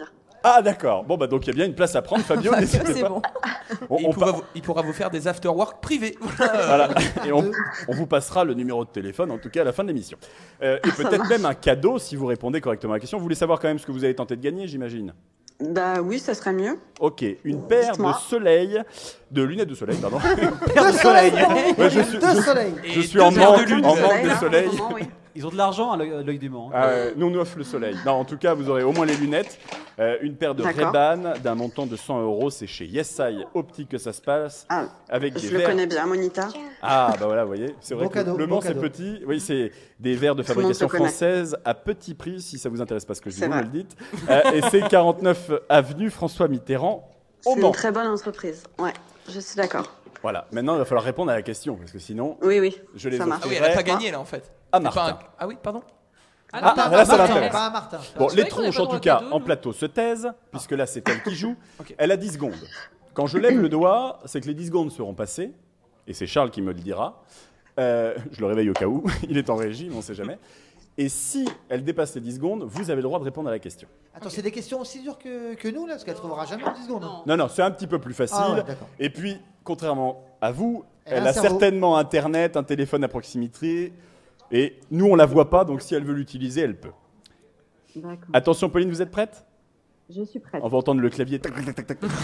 Ah d'accord. Bon bah donc il y a bien une place à prendre, Fabio. n'hésitez C'est pas. bon. On, Et on il, pourra pa- vous, il pourra vous faire des after-work privés. voilà. Et on, on vous passera le numéro de téléphone, en tout cas à la fin de l'émission. Euh, et peut-être même un cadeau si vous répondez correctement à la question. Vous voulez savoir quand même ce que vous avez tenté de gagner, j'imagine. Bah oui, ça serait mieux. Ok, une paire de Dites-moi. soleil, de lunettes de soleil, pardon. Deux soleils. Ouais, je suis, Deux je- soleils. je Et suis deux en paires de manque, lunettes. en manque de là, soleil. en ce moment, oui. Ils ont de l'argent à l'œil à l'œil du Mans. hein. Ah, euh, nous on offre le soleil. Non, en tout cas, vous aurez au moins les lunettes. Euh, une paire de D'accord. Ray-Ban d'un montant de cent euros. C'est chez Yesai Optique que ça se passe. Ah, Avec des je le verres. connais bien, Monita. Ah, bah voilà, vous voyez. C'est vrai Beau que cadeau, Le beau Mans, c'est cadeau. petit. Oui, c'est des verres de Tout le monde fabrication se connaît. française à petit prix, si ça vous intéresse pas ce que je dis, C'est vous me vrai. le dites. Euh, et c'est quarante-neuf avenue François Mitterrand au C'est Mans. une très bonne entreprise. Ouais, je suis d'accord. Voilà. Maintenant, il va falloir répondre à la question, parce que sinon, Oui, oui. je les Ça marche. Ah oui, elle offrirai n'a pas gagné là en fait. à C'est pas Martin. un- Ah oui, pardon. Ah, Ah, non, ah, là, ça Martin, l'intéresse. pas à Martin. Bon, Je les croyais qu'on avait tronches, pas en droit tout au cas, cadeau, en nous. plateau se taisent, puisque là, c'est elle qui joue. Ok. Elle a dix secondes. Quand je lève le doigt, c'est que les dix secondes seront passées, et c'est Charles qui me le dira. Euh, je le réveille au cas où, il est en régie, mais on ne sait jamais. Et si elle dépasse les dix secondes, vous avez le droit de répondre à la question. Attends, c'est des questions aussi dures que, que nous, là, parce qu'elle trouvera jamais en dix secondes. Non. Non, non, c'est un petit peu plus facile. Ah ouais, d'accord. Et puis, contrairement à vous, Elle a elle un a cerveau. certainement Internet, un téléphone à proximité, et nous, on la voit pas, donc si elle veut l'utiliser, elle peut. D'accord. Attention, Pauline, vous êtes prête? Je suis prête. On va entendre le clavier. Tac, tac, tac, tac, tac.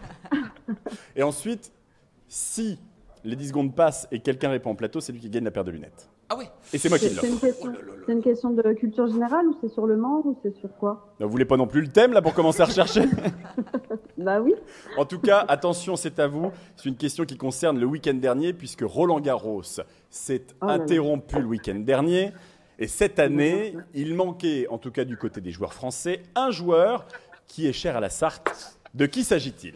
Et ensuite, si les dix secondes passent et quelqu'un répond en plateau, c'est lui qui gagne la paire de lunettes. Ah oui. Et c'est moi qui C'est l'offre. une, question... c'est une question de culture générale ou c'est sur le Mans ou c'est sur quoi? Vous voulez pas non plus le thème là pour commencer à rechercher? Bah oui. En tout cas, attention, c'est à vous. C'est une question qui concerne le week-end dernier, puisque Roland Garros s'est Oh là là. interrompu le week-end dernier. Et cette année, il manquait, en tout cas du côté des joueurs français, un joueur qui est cher à la Sarthe. De qui s'agit-il?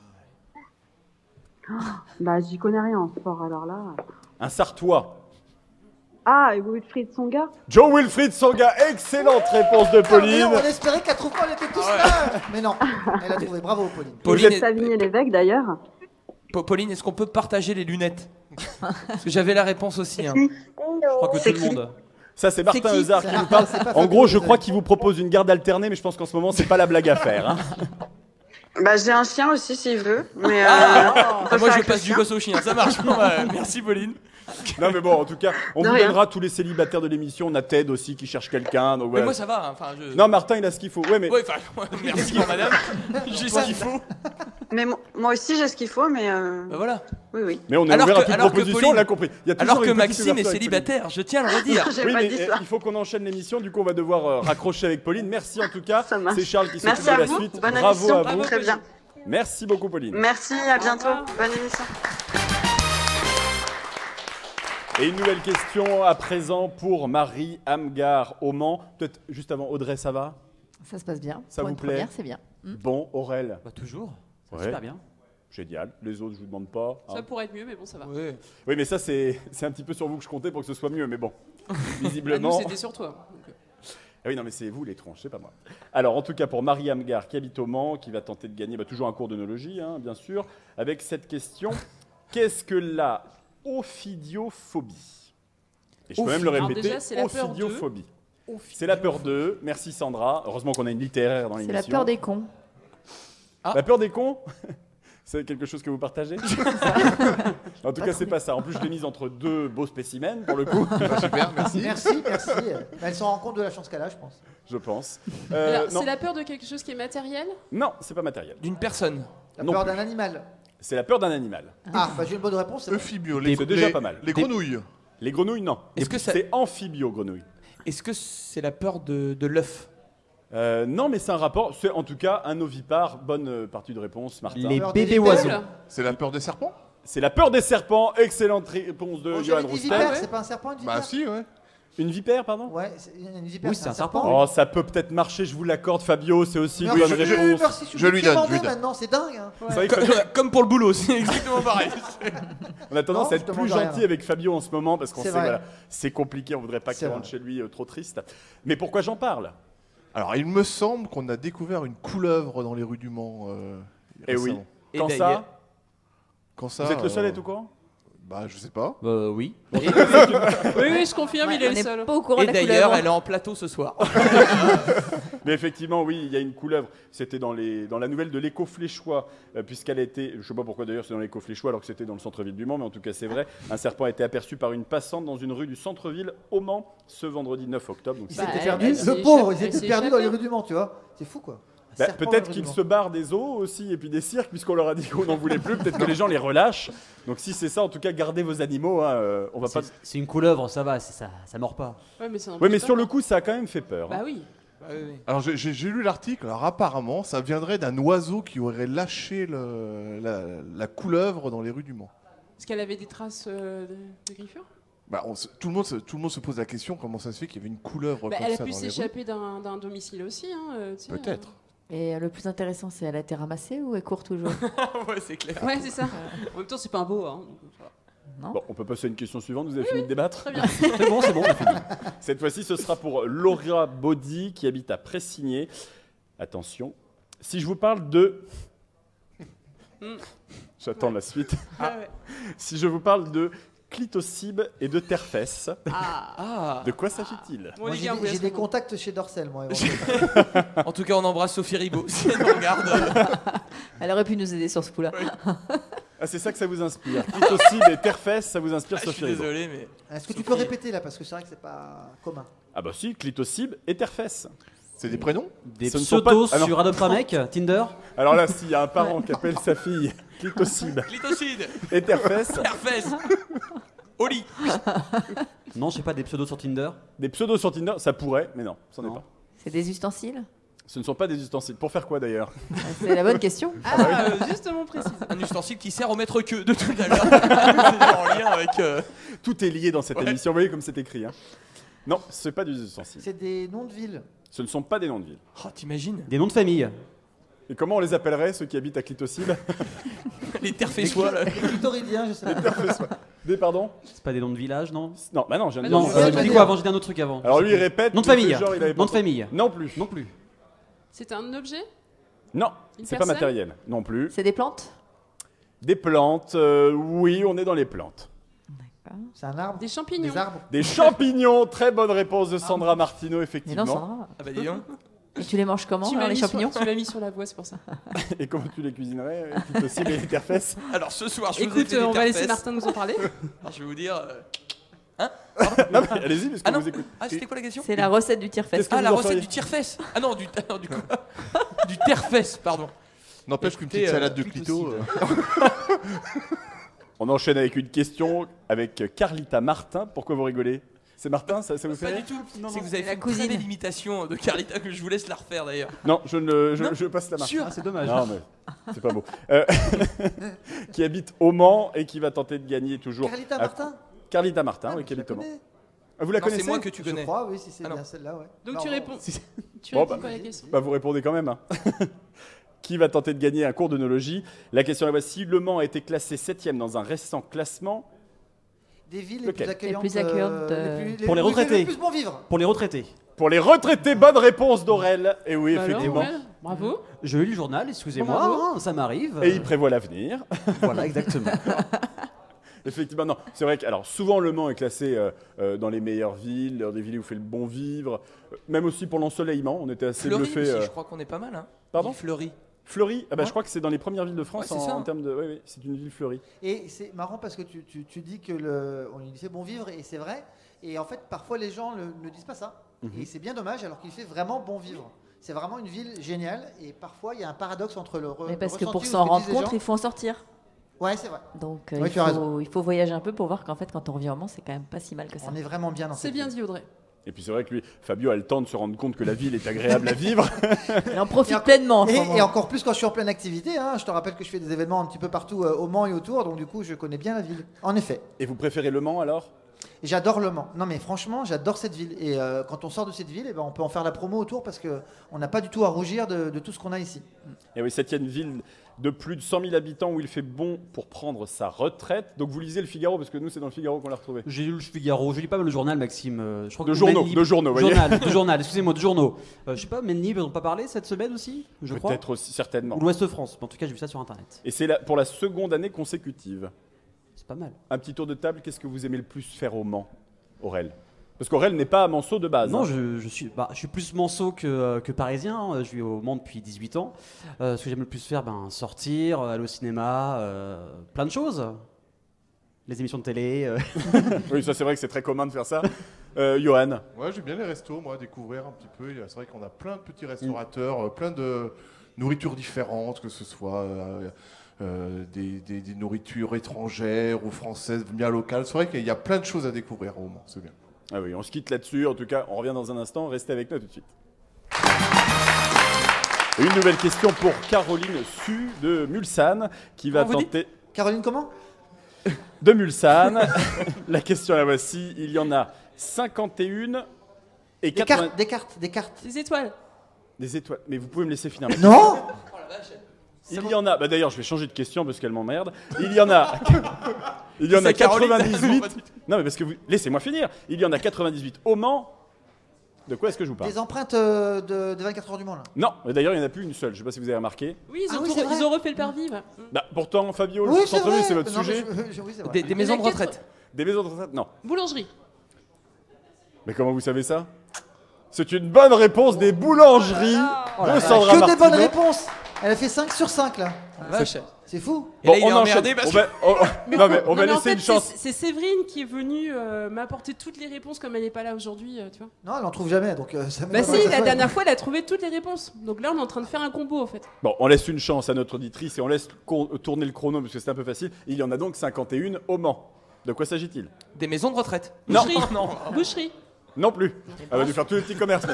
Bah, j'y connais rien en sport, alors là. Un Sartois. Ah, et Wilfried Tsonga? Joe Wilfried Tsonga, excellente réponse de Ah, mais Pauline. non, on espérait qu'elle trouve pas, on était tous là. Mais non, elle a trouvé. Bravo, Pauline. Pauline, êtes- Savigny l'évêque d'ailleurs. Pa- Pauline, est-ce qu'on peut partager les lunettes? Parce que j'avais la réponse aussi. hein. Je crois que C'est tout le qui monde. Ça, c'est Martin qui Euzard C'est qui nous Martin, parle. c'est pas En Fabio gros, je Euzard. crois qu'il vous propose une garde alternée, mais je pense qu'en ce moment, c'est pas la blague à faire. hein. Bah j'ai un chien aussi s'il veut. Mais euh, Ah, on peut moi, faire je avec le passe du chien. gosse au chien. Ça marche. Bon, bah, merci, Pauline. Non, mais bon, en tout cas, on De vous rien. donnera tous les célibataires de l'émission. On a Ted aussi qui cherche quelqu'un. Donc Mais voilà. moi, ça va. hein. Enfin, je... Non, Martin, il a ce qu'il faut. Ouais, mais Ouais, enfin, merci, madame. J'ai ce qu'il faut. Mais mo- moi aussi j'ai ce qu'il faut, mais euh, Bah voilà. oui, oui. Mais on est Alors ouvert que- à toute alors que proposition, Pauline- on l'a compris. Il y a toujours Alors que une petite Maxime est ouverture avec Pauline. célibataire, je tiens à le redire. J'ai Oui, pas mais dit euh, ça. il faut qu'on enchaîne l'émission. Du coup, on va devoir euh, raccrocher avec Pauline. Merci en tout cas. Ça marche. C'est Charles qui s'occupe Merci de à la vous. suite. Bonne Bravo émission. à vous. Très bien. Merci beaucoup, Pauline. Merci, à bientôt. revoir. Bonne émission. Et une nouvelle question à présent pour Marie Amgar au Mans. Peut-être juste avant, Audrey, ça va? Ça se passe bien. Ça Pour vous une plaît? première, c'est bien. Bon, Aurel, Bah, toujours. Ça va Ouais. super bien. génial. Les autres, je vous demande pas. hein. Ça pourrait être mieux, mais bon, ça va. Ouais. Oui, mais ça, c'est c'est un petit peu sur vous que je comptais pour que ce soit mieux. Mais bon, Bah, nous, visiblement. c'était sur toi. donc, euh. Ah oui, non, mais c'est vous les tronches, c'est pas moi. Alors, en tout cas, pour Marie Amgar, qui habite au Mans, qui va tenter de gagner bah, toujours un cours d'œnologie, hein, bien sûr, avec cette question qu'est-ce que la ophidiophobie? Et je peux même le Alors répéter, déjà, c'est la peur de- ophidiophobie. C'est la peur d'eux. Merci Sandra. Heureusement qu'on a une littéraire dans C'est l'émission. la peur des cons. La peur des cons C'est quelque chose que vous partagez? En tout cas, c'est pas ça. En plus, je l'ai mise entre deux beaux spécimens, pour le coup, Super, merci. Merci, merci. Bah, elle s'en rend compte de la chance qu'elle a, je pense. je pense. Euh, Alors, non, c'est la peur de quelque chose qui est matériel? non, c'est pas matériel. D'une personne. La Non peur plus. d'un animal. C'est la peur d'un animal. Ah, bah, j'ai une bonne réponse. c'est bon. Euphibio, les, C'est déjà les- pas mal. Les grenouilles. Les grenouilles, non. Est-ce que ça- C'est amphibio, grenouille. Est-ce que c'est la peur de, de l'œuf? Euh, non, mais c'est un rapport. C'est en tout cas un ovipare. Bonne euh, partie de réponse, Martin. Les peur bébés des oiseaux. Seul. C'est la peur des serpents? C'est la peur des serpents. Excellente réponse de Oh, Johan j'avais dit Roustel. vipère, c'est pas un serpent, une vipère? Bah si, ouais. Une vipère, pardon? Ouais, c'est- une vipère, Oui, c'est un serpent. Oh, ça peut peut-être marcher, je vous l'accorde, Fabio. C'est aussi une Merci, bonne je- réponse. merci, Je lui suis donne, demandé je lui donne. maintenant, c'est dingue. hein. C'est vrai que Comme, Fabio- comme pour le boulot, c'est exactement pareil. on a tendance Non, à je être te plus demande rien. gentil avec Fabio en ce moment parce qu'on C'est sait vrai. voilà, c'est compliqué, on voudrait pas C'est qu'il vrai. rentre chez lui euh, trop triste. Mais pourquoi j'en parle? Alors, il me semble qu'on a découvert une couleuvre dans les rues du Mans. euh, Eh oui. récemment. Et Quand d'ailleurs- ça Quand ça Vous êtes le seul à euh, être au courant? Bah, je sais pas. Bah oui. Oui, oui, je confirme, Ouais, il est on le n'est seul. pas au courant Et de la d'ailleurs, couleuvre. elle est en plateau ce soir. Mais effectivement, oui, il y a une couleuvre. C'était dans, les, dans la nouvelle de l'écho fléchois, euh, puisqu'elle a été, je ne sais pas pourquoi d'ailleurs c'est dans l'écho fléchois alors que c'était dans le centre-ville du Mans, mais en tout cas c'est vrai, un serpent a été aperçu par une passante dans une rue du centre-ville au Mans ce vendredi neuf octobre. Donc Il c'est- Bah, s'était elle- perdu. elle s'est Le pauvre, échappée- il elle s'était s'est perdu dans les échappée. rues du Mans, tu vois. C'est fou, quoi. Un Bah, serpent dans les peut-être rues qu'ils du Mans. se barrent des zoos aussi et puis des cirques, puisqu'on leur a dit qu'on n'en voulait plus. Peut-être que les gens les relâchent. Donc si c'est ça, en tout cas, gardez vos animaux. Hein, euh, on va pas. C'est c'est une couleuvre, ça va, c'est- ça, ça mord pas. Ouais, mais, ça Oui, n'empêche mais pas. sur le coup, ça a quand même fait peur. hein. Bah oui. Bah oui, oui. Alors j'ai- j'ai j'ai lu l'article, alors apparemment ça viendrait d'un oiseau qui aurait lâché le- la, la couleuvre dans les rues du Mans. Est-ce qu'elle avait des traces euh, de, de griffures Bah, on se- tout, le monde se, tout le monde se pose la question comment ça se fait qu'il y avait une couleuvre Bah, comme Elle a ça pu dans les rues. s'échapper d'un d'un domicile aussi. Hein, euh, tu sais, Peut-être. Et euh, le plus intéressant, c'est elle a été ramassée ou elle court toujours? Ouais, c'est clair. euh. Ouais, c'est ça. En même temps, c'est pas un beau. Hein, donc, voilà. Non. Bon, on peut passer à une question suivante. Vous avez fini de débattre. Très bien. C'est bon, c'est bon, on a fini. Cette fois-ci, ce sera pour Laura Baudy qui habite à Pressigné. Attention, si je vous parle de... Hmm. J'attends la suite. Ah ouais. Si je vous parle de clitocybe et de terfesse, Ah. Ah. de quoi s'agit-il? Bon, Moi, les j'ai gars, des- vous j'ai laisse des répondre. contacts chez Dorsel, moi. éventuellement. En tout cas, on embrasse Sophie Ribaud si elle nous regarde. Elle aurait pu nous aider sur ce coup-là. Ah, c'est ça que ça vous inspire. Clitocybe et terfesse, ça vous inspire, Ah, je Sophie suis Ribaud. désolé, mais. Est-ce que tu Sophie. peux répéter là, parce que c'est vrai que c'est pas commun. Ah bah si, clitocybe et terfesse. C'est des prénoms? Des Ce ne sont pseudos pas- Ah non. sur Adopt un mec, Tinder. Alors là, s'il y a un parent qui appelle sa fille clitocybe Clitocide, et terfesse, herpès, Oli. Non, je sais pas, des pseudos sur Tinder. des pseudos sur Tinder, ça pourrait, mais non, c'en est Non. pas. C'est des ustensiles? Ce ne sont pas des ustensiles. Pour faire quoi d'ailleurs? C'est la bonne question. Ah, euh, justement précise. Un ustensile qui sert au maître queue de tout à l'heure. C'est en lien avec. euh, Tout est lié dans cette Ouais. émission, vous voyez comme c'est écrit. Hein. Non, ce n'est pas des ustensiles. C'est des noms de villes. Ce ne sont pas des noms de villes. Oh, t'imagines? Des noms de famille. Et comment on les appellerait, ceux qui habitent à Clitocybe? Les terfessois, là. Les clitoridiens, je sais pas. Des pardon? C'est pas des noms de village, non? Non, bah non, je viens de Bah dire Non, des c'est euh, ça, ustensiles. j'ai dit dire. quoi avant? J'ai dit un autre truc avant. Alors lui, il répète. Nom de il fait famille. genre, il avait Nom de pas- famille. Non plus. Non plus. C'est un objet? Non, Une c'est pas personne matériel. Non plus. C'est des plantes? Des plantes, euh, oui, on est dans les plantes. C'est un arbre. Des champignons? Des arbres. Des champignons, très bonne réponse de Sandra Martino, Mais non, effectivement. Sandra. Ah bah dis donc. Et tu les manges comment, Tu alors, m'as les mis, sur- champignons? tu m'as mis sur la voie, c'est pour ça. Et comment tu les cuisinerais, euh, Clitocybe et les terfesses? Alors ce soir, je vous ai Écoute, fait euh, des on va laisser terfesses. Martin nous en parler. Alors, je vais vous dire. euh, Non, mais allez-y, parce Ah qu'on non. vous écoute. Ah, c'était quoi la question? C'est la recette du tire-fesse. Qu'est-ce que Ah, vous la en recette feriez du tire-fesse. Ah non, du, ah non, du coup. Du terre-fesse, pardon. N'empêche qu'une Écoutez, petite euh, salade de clitocide. clito. euh, On enchaîne avec une question avec Carlita Martin. Pourquoi vous rigolez? C'est Martin, ça, ça vous fait Pas rire? du tout. Non, C'est non. que vous avez La fait une très cousine. belle imitation de Carlita que je vous laisse la refaire d'ailleurs. Non, je, ne, je, Non. je passe la main. Sûr. Ah, c'est dommage. Non, mais c'est pas beau. Euh, qui habite au Mans et qui va tenter de gagner toujours. Carlita à- Martin. Carlita Martin, Ah, oui, mais qui je la habite au Mans. connais. Ah, vous la Non, connaissez? c'est moi que tu Je connais. crois, oui, si c'est Ah non. bien celle-là, ouais. Donc Non, tu bon. réponds. Tu Bon, réponds bah, pas à la question. Bah, vous répondez quand même. hein. Qui va tenter de gagner un cours d'œnologie? La question est voici. Le Mans a été classé septième dans un récent classement. Des villes les Lequel? plus accueillantes. Les plus accueillantes, euh, euh, les plus- Pour les où il fait retraités. Le plus bon vivre. Pour les retraités. Pour les retraités, bonne réponse d'Aurel. Et oui, Bah alors, effectivement. ouais, bravo. Je lis le journal, excusez-moi, Bravo. hein, ça m'arrive. Et il prévoit l'avenir. Voilà, exactement. Effectivement, non. C'est vrai que alors, souvent le Mans est classé euh, euh, dans les meilleures villes, dans des villes où il fait le bon vivre. Euh, Même aussi pour l'ensoleillement, on était assez Fleury bluffés. aussi, euh. je crois qu'on est pas mal. Hein. Pardon Ville Fleury. Fleury, ah bah, Ouais. je crois que c'est dans les premières villes de France Ouais, c'est en, ça. en termes de. Oui, oui, c'est une ville fleurie. Et c'est marrant parce que tu, tu- tu dis que le, on y fait bon vivre et c'est vrai. Et en fait, parfois les gens le- ne disent pas ça. Mhm. Et c'est bien dommage alors qu'il fait vraiment bon vivre. C'est vraiment une ville géniale et parfois il y a un paradoxe entre le, re, Mais parce le que ressenti pour ou ce s'en que rendre disent les compte, gens. il faut en sortir. Ouais, c'est vrai. Donc euh, Ouais, il, tu as raison. faut, il faut voyager un peu pour voir qu'en fait, quand on revient au Mans, c'est quand même pas si mal que ça. On est vraiment bien dans C'est cette bien ville. dit, Audrey. Et puis c'est vrai que lui, Fabio a le temps de se rendre compte que la ville est agréable à vivre. Il en profite Et en- pleinement en ce Et, moment. et encore plus quand je suis en pleine activité. hein. Je te rappelle que je fais des événements un petit peu partout euh, au Mans et autour. Donc du coup, je connais bien la ville. En effet. Et vous préférez Le Mans alors? Et j'adore Le Mans. Non mais franchement, j'adore cette ville. Et euh, quand on sort de cette ville, eh ben, on peut en faire la promo autour parce qu'on n'a pas du tout à rougir de, de tout ce qu'on a ici. Et oui, septième ville de plus de cent mille habitants où il fait bon pour prendre sa retraite. Donc vous lisez le Figaro, parce que nous c'est dans le Figaro qu'on l'a retrouvé. J'ai lu le Figaro, je lis pas mal le journal, Maxime. euh, Je crois De que journaux, Maine de journaux, vous voyez. Journal, de journal, excusez-moi, de journaux. Euh, je sais pas, Maine Libre, ils n'ont pas parlé cette semaine aussi, je crois. Peut-être aussi, certainement. Ou l'Ouest de France, mais en tout cas, j'ai vu ça sur Internet. Et c'est la- pour la seconde année consécutive. C'est pas mal. Un petit tour de table, qu'est-ce que vous aimez le plus faire au Mans, Aurel? Parce qu'Aurel n'est pas à Manceau de base. Non, hein. je, je, suis, bah, je suis plus manceau que, euh, que parisien. hein. Je vis au Mans depuis dix-huit ans. Euh, ce que j'aime le plus faire, ben, sortir, euh, aller au cinéma, euh, plein de choses. Les émissions de télé. euh. Oui, ça c'est vrai que c'est très commun de faire ça. Euh, Johan? Ouais, j'aime bien les restos, moi, découvrir un petit peu. C'est vrai qu'on a plein de petits restaurateurs, euh, plein de nourritures différentes, que ce soit euh, euh, des, des- des nourritures étrangères ou françaises, bien locales. C'est vrai qu'il y a plein de choses à découvrir au Mans, c'est bien. Ah oui, on se quitte là-dessus. En tout cas, on revient dans un instant. Restez avec nous tout de suite. Et une nouvelle question pour Caroline Su de Mulsanne qui va Comment vous tenter. Caroline, comment? De Mulsanne. La question la voici. Il y en a cinquante et un et Des quatre-vingts. cartes, des cartes, des cartes. Des étoiles. Des étoiles. Mais vous pouvez me laisser finir. Non. Il y en a. Bah d'ailleurs, je vais changer de question parce qu'elle m'emmerde. Il y en a. Il y en a C'est Caroline, quatre-vingt-dix-huit. pas du tout. Non, mais parce que vous. Laissez-moi finir. Il y en a quatre-vingt-dix-huit au Mans. De quoi est-ce que je vous parle? Des empreintes euh, de, de vingt-quatre heures du Mans, là. Non, mais d'ailleurs, il n'y en a plus une seule. Je ne sais pas si vous avez remarqué. Oui, ils Ah ont, oui, tout- c'est vrai. ils ont refait le parvis. ouais. Bah, pourtant, Fabio, Oui, le c'est centre-ville, vrai. c'est votre Non, mais sujet. je- je- oui, c'est vrai. Des, des maisons de Il y a quatre- retraite. Des maisons de retraite? Non. Boulangerie. Mais comment vous savez ça? C'est une bonne réponse des boulangeries Oh la de vache. Sandra Que des Martino. bonnes réponses. Elle a fait cinq sur cinq, là. Vache. C'est fou. Et là, Bon, il est on enchaîne. emmerdé parce On va, on- non, mais on va mais en laisser fait, une chance. c'est- C'est Séverine qui est venue euh, m'apporter toutes les réponses comme elle n'est pas là aujourd'hui, euh, tu vois. Non, elle en trouve jamais, donc euh, ça Bah m'étonnerait si, que ça la soit- dernière fois, elle a trouvé toutes les réponses. Donc là, on est en train de faire un combo, en fait. Bon, on laisse une chance à notre auditrice et on laisse co- tourner le chrono parce que c'est un peu facile. Il y en a donc cinquante et un au Mans. De quoi s'agit-il? Des maisons de retraite. Non. Boucherie. non. Boucherie. Non plus. Elle va nous faire tous les petits commerces.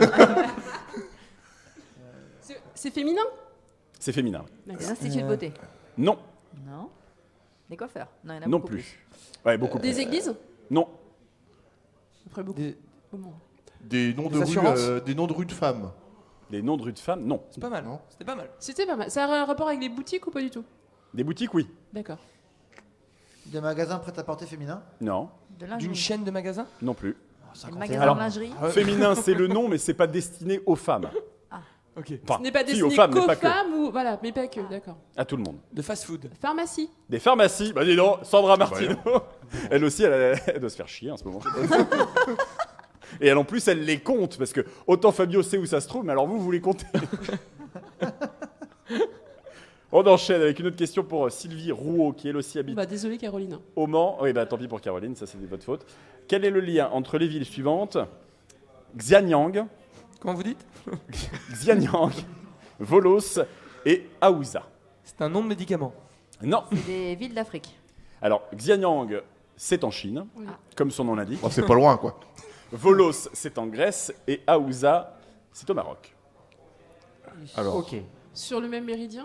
C'est- C'est féminin. C'est féminin. Des D'accord. instituts de beauté. Non, Non. Des coiffeurs. Non, il y en a non beaucoup plus. Ouais, beaucoup Des plus. églises. Non, Après beaucoup. Des- Comment Des noms, Des de rue, assurances euh, des noms de rues de femmes. des noms de rues de femmes, non. C'est pas mal. Non. C'était pas mal. C'était pas mal. Ça a un rapport avec les boutiques ou pas du tout? Des boutiques, oui. D'accord. Des magasins prêt-à-porter féminins. Non, De lingerie. D'une chaîne de magasins. non plus. Des cinquante et un. magasins Alors- de lingerie. Féminin, c'est le nom, mais c'est pas destiné aux femmes. Ok. Enfin, Ce n'est pas si, destiné aux femmes, mais qu'aux pas que. femmes ou voilà, mais pas que. D'accord. À tout le monde. De fast-food. Pharmacie. Des pharmacies, bah dis donc, Sandra Martino. Elle aussi, elle, elle doit se faire chier en ce moment. Et elle, en plus, elle les compte, parce que autant Fabio sait où ça se trouve, mais alors vous, vous les comptez. On enchaîne avec une autre question pour euh, Sylvie Rouault, qui elle aussi habite Bah désolé Caroline. au Mans. Oui, bah tant pis pour Caroline, ça c'est de votre faute. Quel est le lien entre les villes suivantes? Xianyang, Comment vous dites? Xianyang, Volos et Aouza. C'est un nom de médicament. Non. C'est des villes d'Afrique. Alors, Xianyang, c'est en Chine, Oui. comme son nom l'indique. Bon, c'est pas loin, quoi. Volos, c'est en Grèce. Et Aouza, c'est au Maroc. Alors, Ok. Sur le même méridien?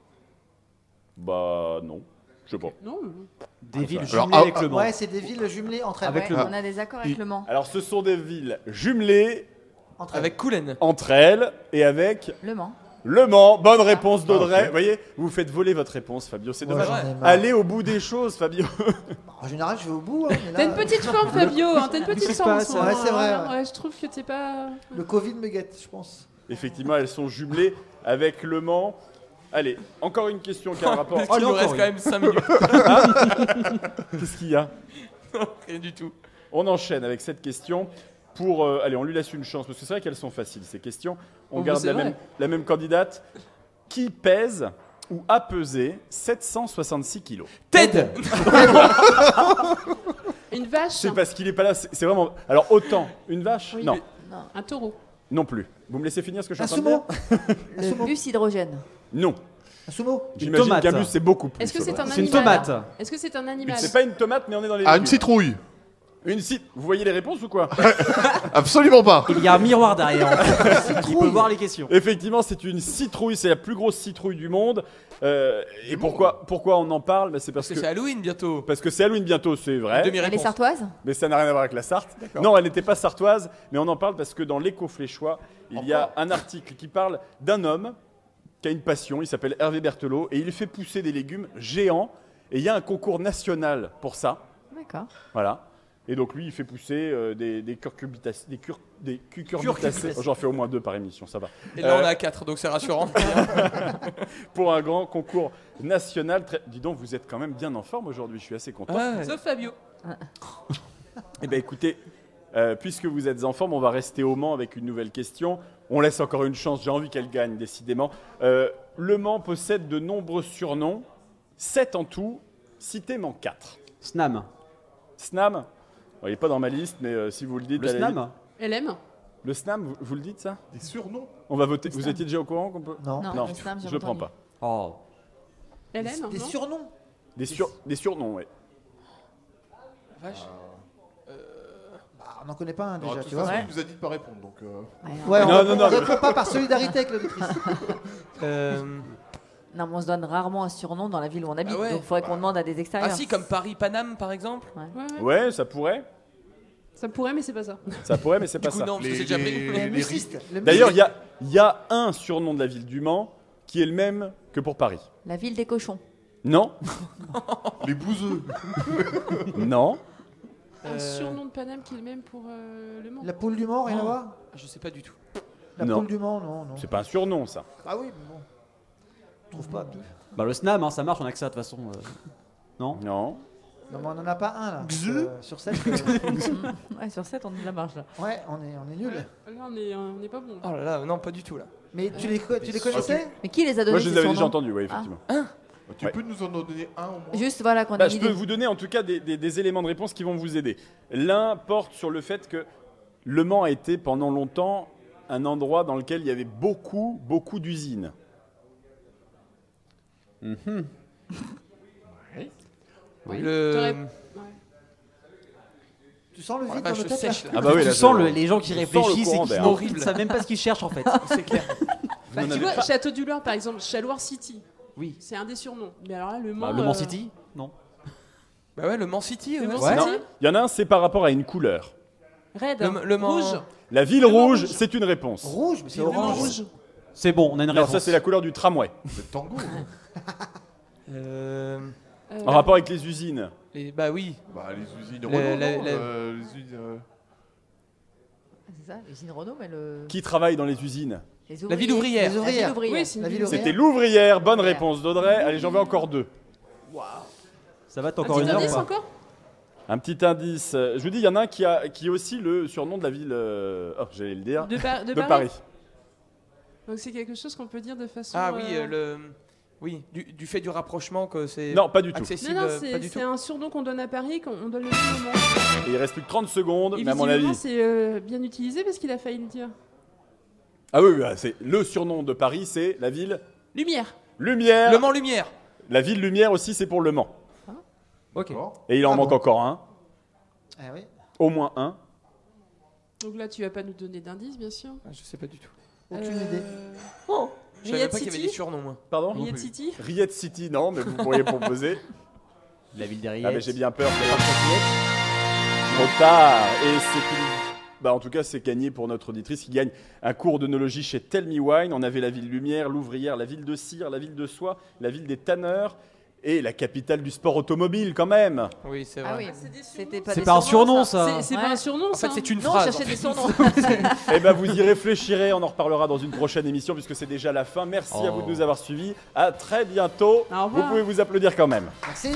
Bah non, je sais pas. Non. Des villes Alors, jumelées ah, avec ah, le Mans. Ouais, c'est des villes jumelées entre elles. Avec Ouais, le Mans. on a des accords avec Il- le Mans. Alors, ce sont des villes jumelées Entre elles. Avec Coulen. entre elles et avec Le Mans. Le Mans. Bonne réponse d'Audrey. Ah, ok. Vous voyez, vous vous faites voler votre réponse, Fabio. C'est Ouais, dommage. j'en ai marre. Allez au bout des choses, Fabio. En général, je vais au bout. hein, mais là, T'as une petite forme Fabio, hein, t'as une petite Qu'est-ce qui se forme. en passe ce moment, Ouais, c'est vrai, hein. ouais. Ouais, je trouve que t'es pas. Le Covid me guette, je pense. Effectivement, elles sont jumelées avec Le Mans. Allez, encore une question qui a un rapport. Parce Oh, qu'il il y nous a reste encore quand une. même cinq minutes. Qu'est-ce qu'il y a? Rien du tout. On enchaîne avec cette question. Pour, euh, allez, on lui laisse une chance, parce que c'est vrai qu'elles sont faciles, ces questions. On Oh, garde c'est la vrai. même, la même candidate. Qui pèse ou a pesé sept cent soixante-six kilos? Ted. Une vache. C'est parce qu'il est pas là, c'est c'est vraiment... Alors, autant, une vache? Oui, Non, mais- Un taureau. non plus. Vous me laissez finir ce que je Un suis en train de sumo. dire? Un Le sumo. bus hydrogène. Non. Un sumo. J'imagine tomate. qu'un bus, c'est beaucoup plus. Est-ce que c'est un animal? C'est une tomate. Est-ce que c'est un animal? C'est pas une tomate, mais on est dans les... ah, une légumes. citrouille. Une cit... Vous voyez les réponses ou quoi? Absolument pas. Il y a un miroir derrière. en fait. Il peut voir les questions. Effectivement, c'est une citrouille, c'est la plus grosse citrouille du monde. Euh, et pourquoi, pourquoi on en parle? Bah, c'est parce Parce que que c'est Halloween bientôt. parce que c'est Halloween bientôt, c'est vrai. Demi Elle est réponse. sartoise. Mais ça n'a rien à voir avec la Sarthe. Non, elle n'était pas sartoise, mais on en parle parce que dans l'Écho Fléchois, il y a un article qui parle d'un homme qui a une passion, il s'appelle Hervé Berthelot, et il fait pousser des légumes géants, et il y a un concours national pour ça. D'accord. Voilà. Et donc lui, il fait pousser euh, des, des curcubitacées, des cur- des cucurbitacées. Oh, j'en fais au moins deux par émission, ça va. Et là, Euh, on a quatre, donc c'est rassurant. Pour un grand concours national. Très... Dis donc, vous êtes quand même bien en forme aujourd'hui, je suis assez content. Ouais. Sauf Fabio. Eh bien écoutez, euh, puisque vous êtes en forme, on va rester au Mans avec une nouvelle question. On laisse encore une chance, j'ai envie qu'elle gagne, décidément. Euh, le Mans possède de nombreux surnoms, sept en tout, citez-m'en quatre. Snam. Snam, bon, il n'est pas dans ma liste, mais euh, si vous le dites... Le à la Snam limite- L M. Le Snam, vous, vous le dites ça? Des surnoms. On va voter. Le Vous Snam. étiez déjà au courant qu'on peut... Non. Non, Non, le Snam, j'ai je ne prends entendu. pas. Oh. L M, Des non surnoms. Des, sur... des surnoms, oui. Vache. Bah, on n'en connaît pas un Alors, déjà, de toute tu vois. façon, Ouais. il nous a dit de pas répondre, donc. euh, Ouais, on Non, ne non, non. répond pas par solidarité avec l'auditrice. Euh, Non, mais on se donne rarement un surnom dans la ville où on habite, Ah ouais. donc il faudrait qu'on demande à des extérieurs. Ah si, comme Paris-Paname, par exemple. Ouais. Ouais, ouais. Ouais, ça pourrait. Ça pourrait, mais c'est pas ça. Ça pourrait, mais c'est Du pas coup, ça. non, parce que Les- c'est déjà pris. les- Le les- musiste. le D'ailleurs, il musiste. y a, il y a un surnom de la ville du Mans qui est le même que pour Paris. La ville des cochons. Non, Les bouseux. non. Un Euh, surnom de Paname qui est le même pour euh, le Mans. La poule du Mans, rien à Oh. voir. Je sais pas du tout. La Non. poule du Mans, non, non. C'est pas un surnom, ça. Ah oui, mais bon. Je trouve pas. pif. Bah le Snam, hein, ça marche, on a que ça de toute façon. euh. Non. Non. Non, mais on en a pas un là. Gzz. Euh, sur sept. euh, Ouais, sur sept, on est de la marge là. ouais, on est, on est nul. Là, on est, euh, on est pas bon. Oh là là, non, pas du tout là. Mais tu les, co- tu les connaissais? Mais qui les a donnés Moi, je les ces avais déjà surnoms entendus, oui, effectivement. Tu Ouais. peux nous en donner un au moins? Juste voilà qu'on a Bah, une je peux idée. vous donner en tout cas des, des- des éléments de réponse qui vont vous aider. L'un porte sur le fait que Le Mans a été pendant longtemps un endroit dans lequel il y avait beaucoup, beaucoup d'usines. Mhm. Oui. Le... T'aurais- Tu sens le Oh la vide dans vache, nos je têtes là? sèche là. Ah bah oui, tu là, sens je- le- les gens qui on sent le réfléchissent et courant qui d'air. n'ont- Horrible. qui savent même pas ce qu'ils cherchent en fait. C'est clair. Bah, Vous tu n'en vois, avez pas- Château du Loir, par exemple, Chaloir City, Oui. c'est un des surnoms. Mais alors là, le Mans. Bah, le Mans euh, City. Non. Bah ouais, le Mans City. Le ouais. Mans Ouais. Non, City, il y en a un, c'est par rapport à une couleur. Red, Le- le Mans- rouge. La ville Le Mans rouge, rouge. c'est une réponse. Rouge, mais c'est Le Mans orange. rouge. C'est bon, on a une Alors réponse. ça, c'est la couleur du tramway. C'est tango. Euh, Euh, En rapport avec les usines. les- Bah oui. Bah, les usines Le- Renault, la- non la- Euh, les usines, euh, C'est ça, l'usine Renault, mais le. Qui travaille dans les usines? Les La ville ouvrière. Les La ville ouvrières. ouvrière. Oui, c'est une La ville ville ouvrière. C'était l'ouvrière. Bonne Ouvrière. réponse d'Audrey. Allez, j'en veux encore deux. Ça va, t'as Un encore petit une heure indice ou pas encore Un petit indice. Euh, Je vous dis, il y en a un qui a qui est aussi le surnom de la ville. euh, Oh, j'allais le dire. de, Par- de De Paris. Paris. Donc c'est quelque chose qu'on peut dire de façon. Ah oui, euh, euh, le... oui du, du fait du rapprochement que c'est Non, pas du tout. accessible. Non, non, euh, pas c'est du c'est tout. un surnom qu'on donne à Paris, qu'on donne le même moment. Et il reste plus que trente secondes, Et mais à mon visiblement, avis. c'est euh, bien utilisé parce qu'il a failli le dire. Ah oui, oui, ah, c'est le surnom de Paris, c'est la ville Lumière. Lumière. Le Mans Lumière. La ville Lumière aussi, c'est pour Le Mans. Ok. d'accord. Et il en Ah manque bon. encore un, Ah oui. au moins un. Donc là, tu vas pas nous donner d'indice, bien sûr. Ah, je sais pas du tout. Aucune Euh, idée. Oh, Je savais Riyad pas qu'il y avait des City. surnoms moi. Pardon Non Riyad plus. City. Riyad City, non, mais vous pourriez proposer. La ville des Ah, Rillettes. mais j'ai bien peur. Trop tard. Et c'est une. Bah, en tout cas, c'est gagné pour notre auditrice qui gagne un cours d'œnologie chez Tell Me Wine. On avait la ville Lumière, l'Ouvrière, la ville de Cire, la ville de Soie, la ville des tanneurs et la capitale du sport automobile, quand même. Oui, c'est vrai. Ah oui, c'est des surnoms. c'était pas C'est des pas un surnoms, surnom ça. C'est c'est Ouais. pas un surnom, En ça. fait, c'est une Non, phrase. on en cherchait fait. des surnoms. Eh ben, vous y réfléchirez. On en reparlera dans une prochaine émission puisque c'est déjà la fin. Merci à Oh. vous de nous avoir suivis. À très bientôt. Au revoir. Vous pouvez vous applaudir quand même. Merci.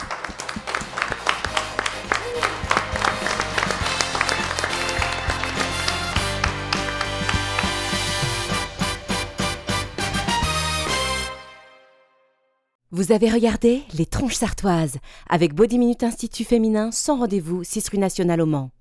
Vous avez regardé Les Tronches Sartoises avec Body Minute Institut Féminin sans rendez-vous, six rue Nationale au Mans.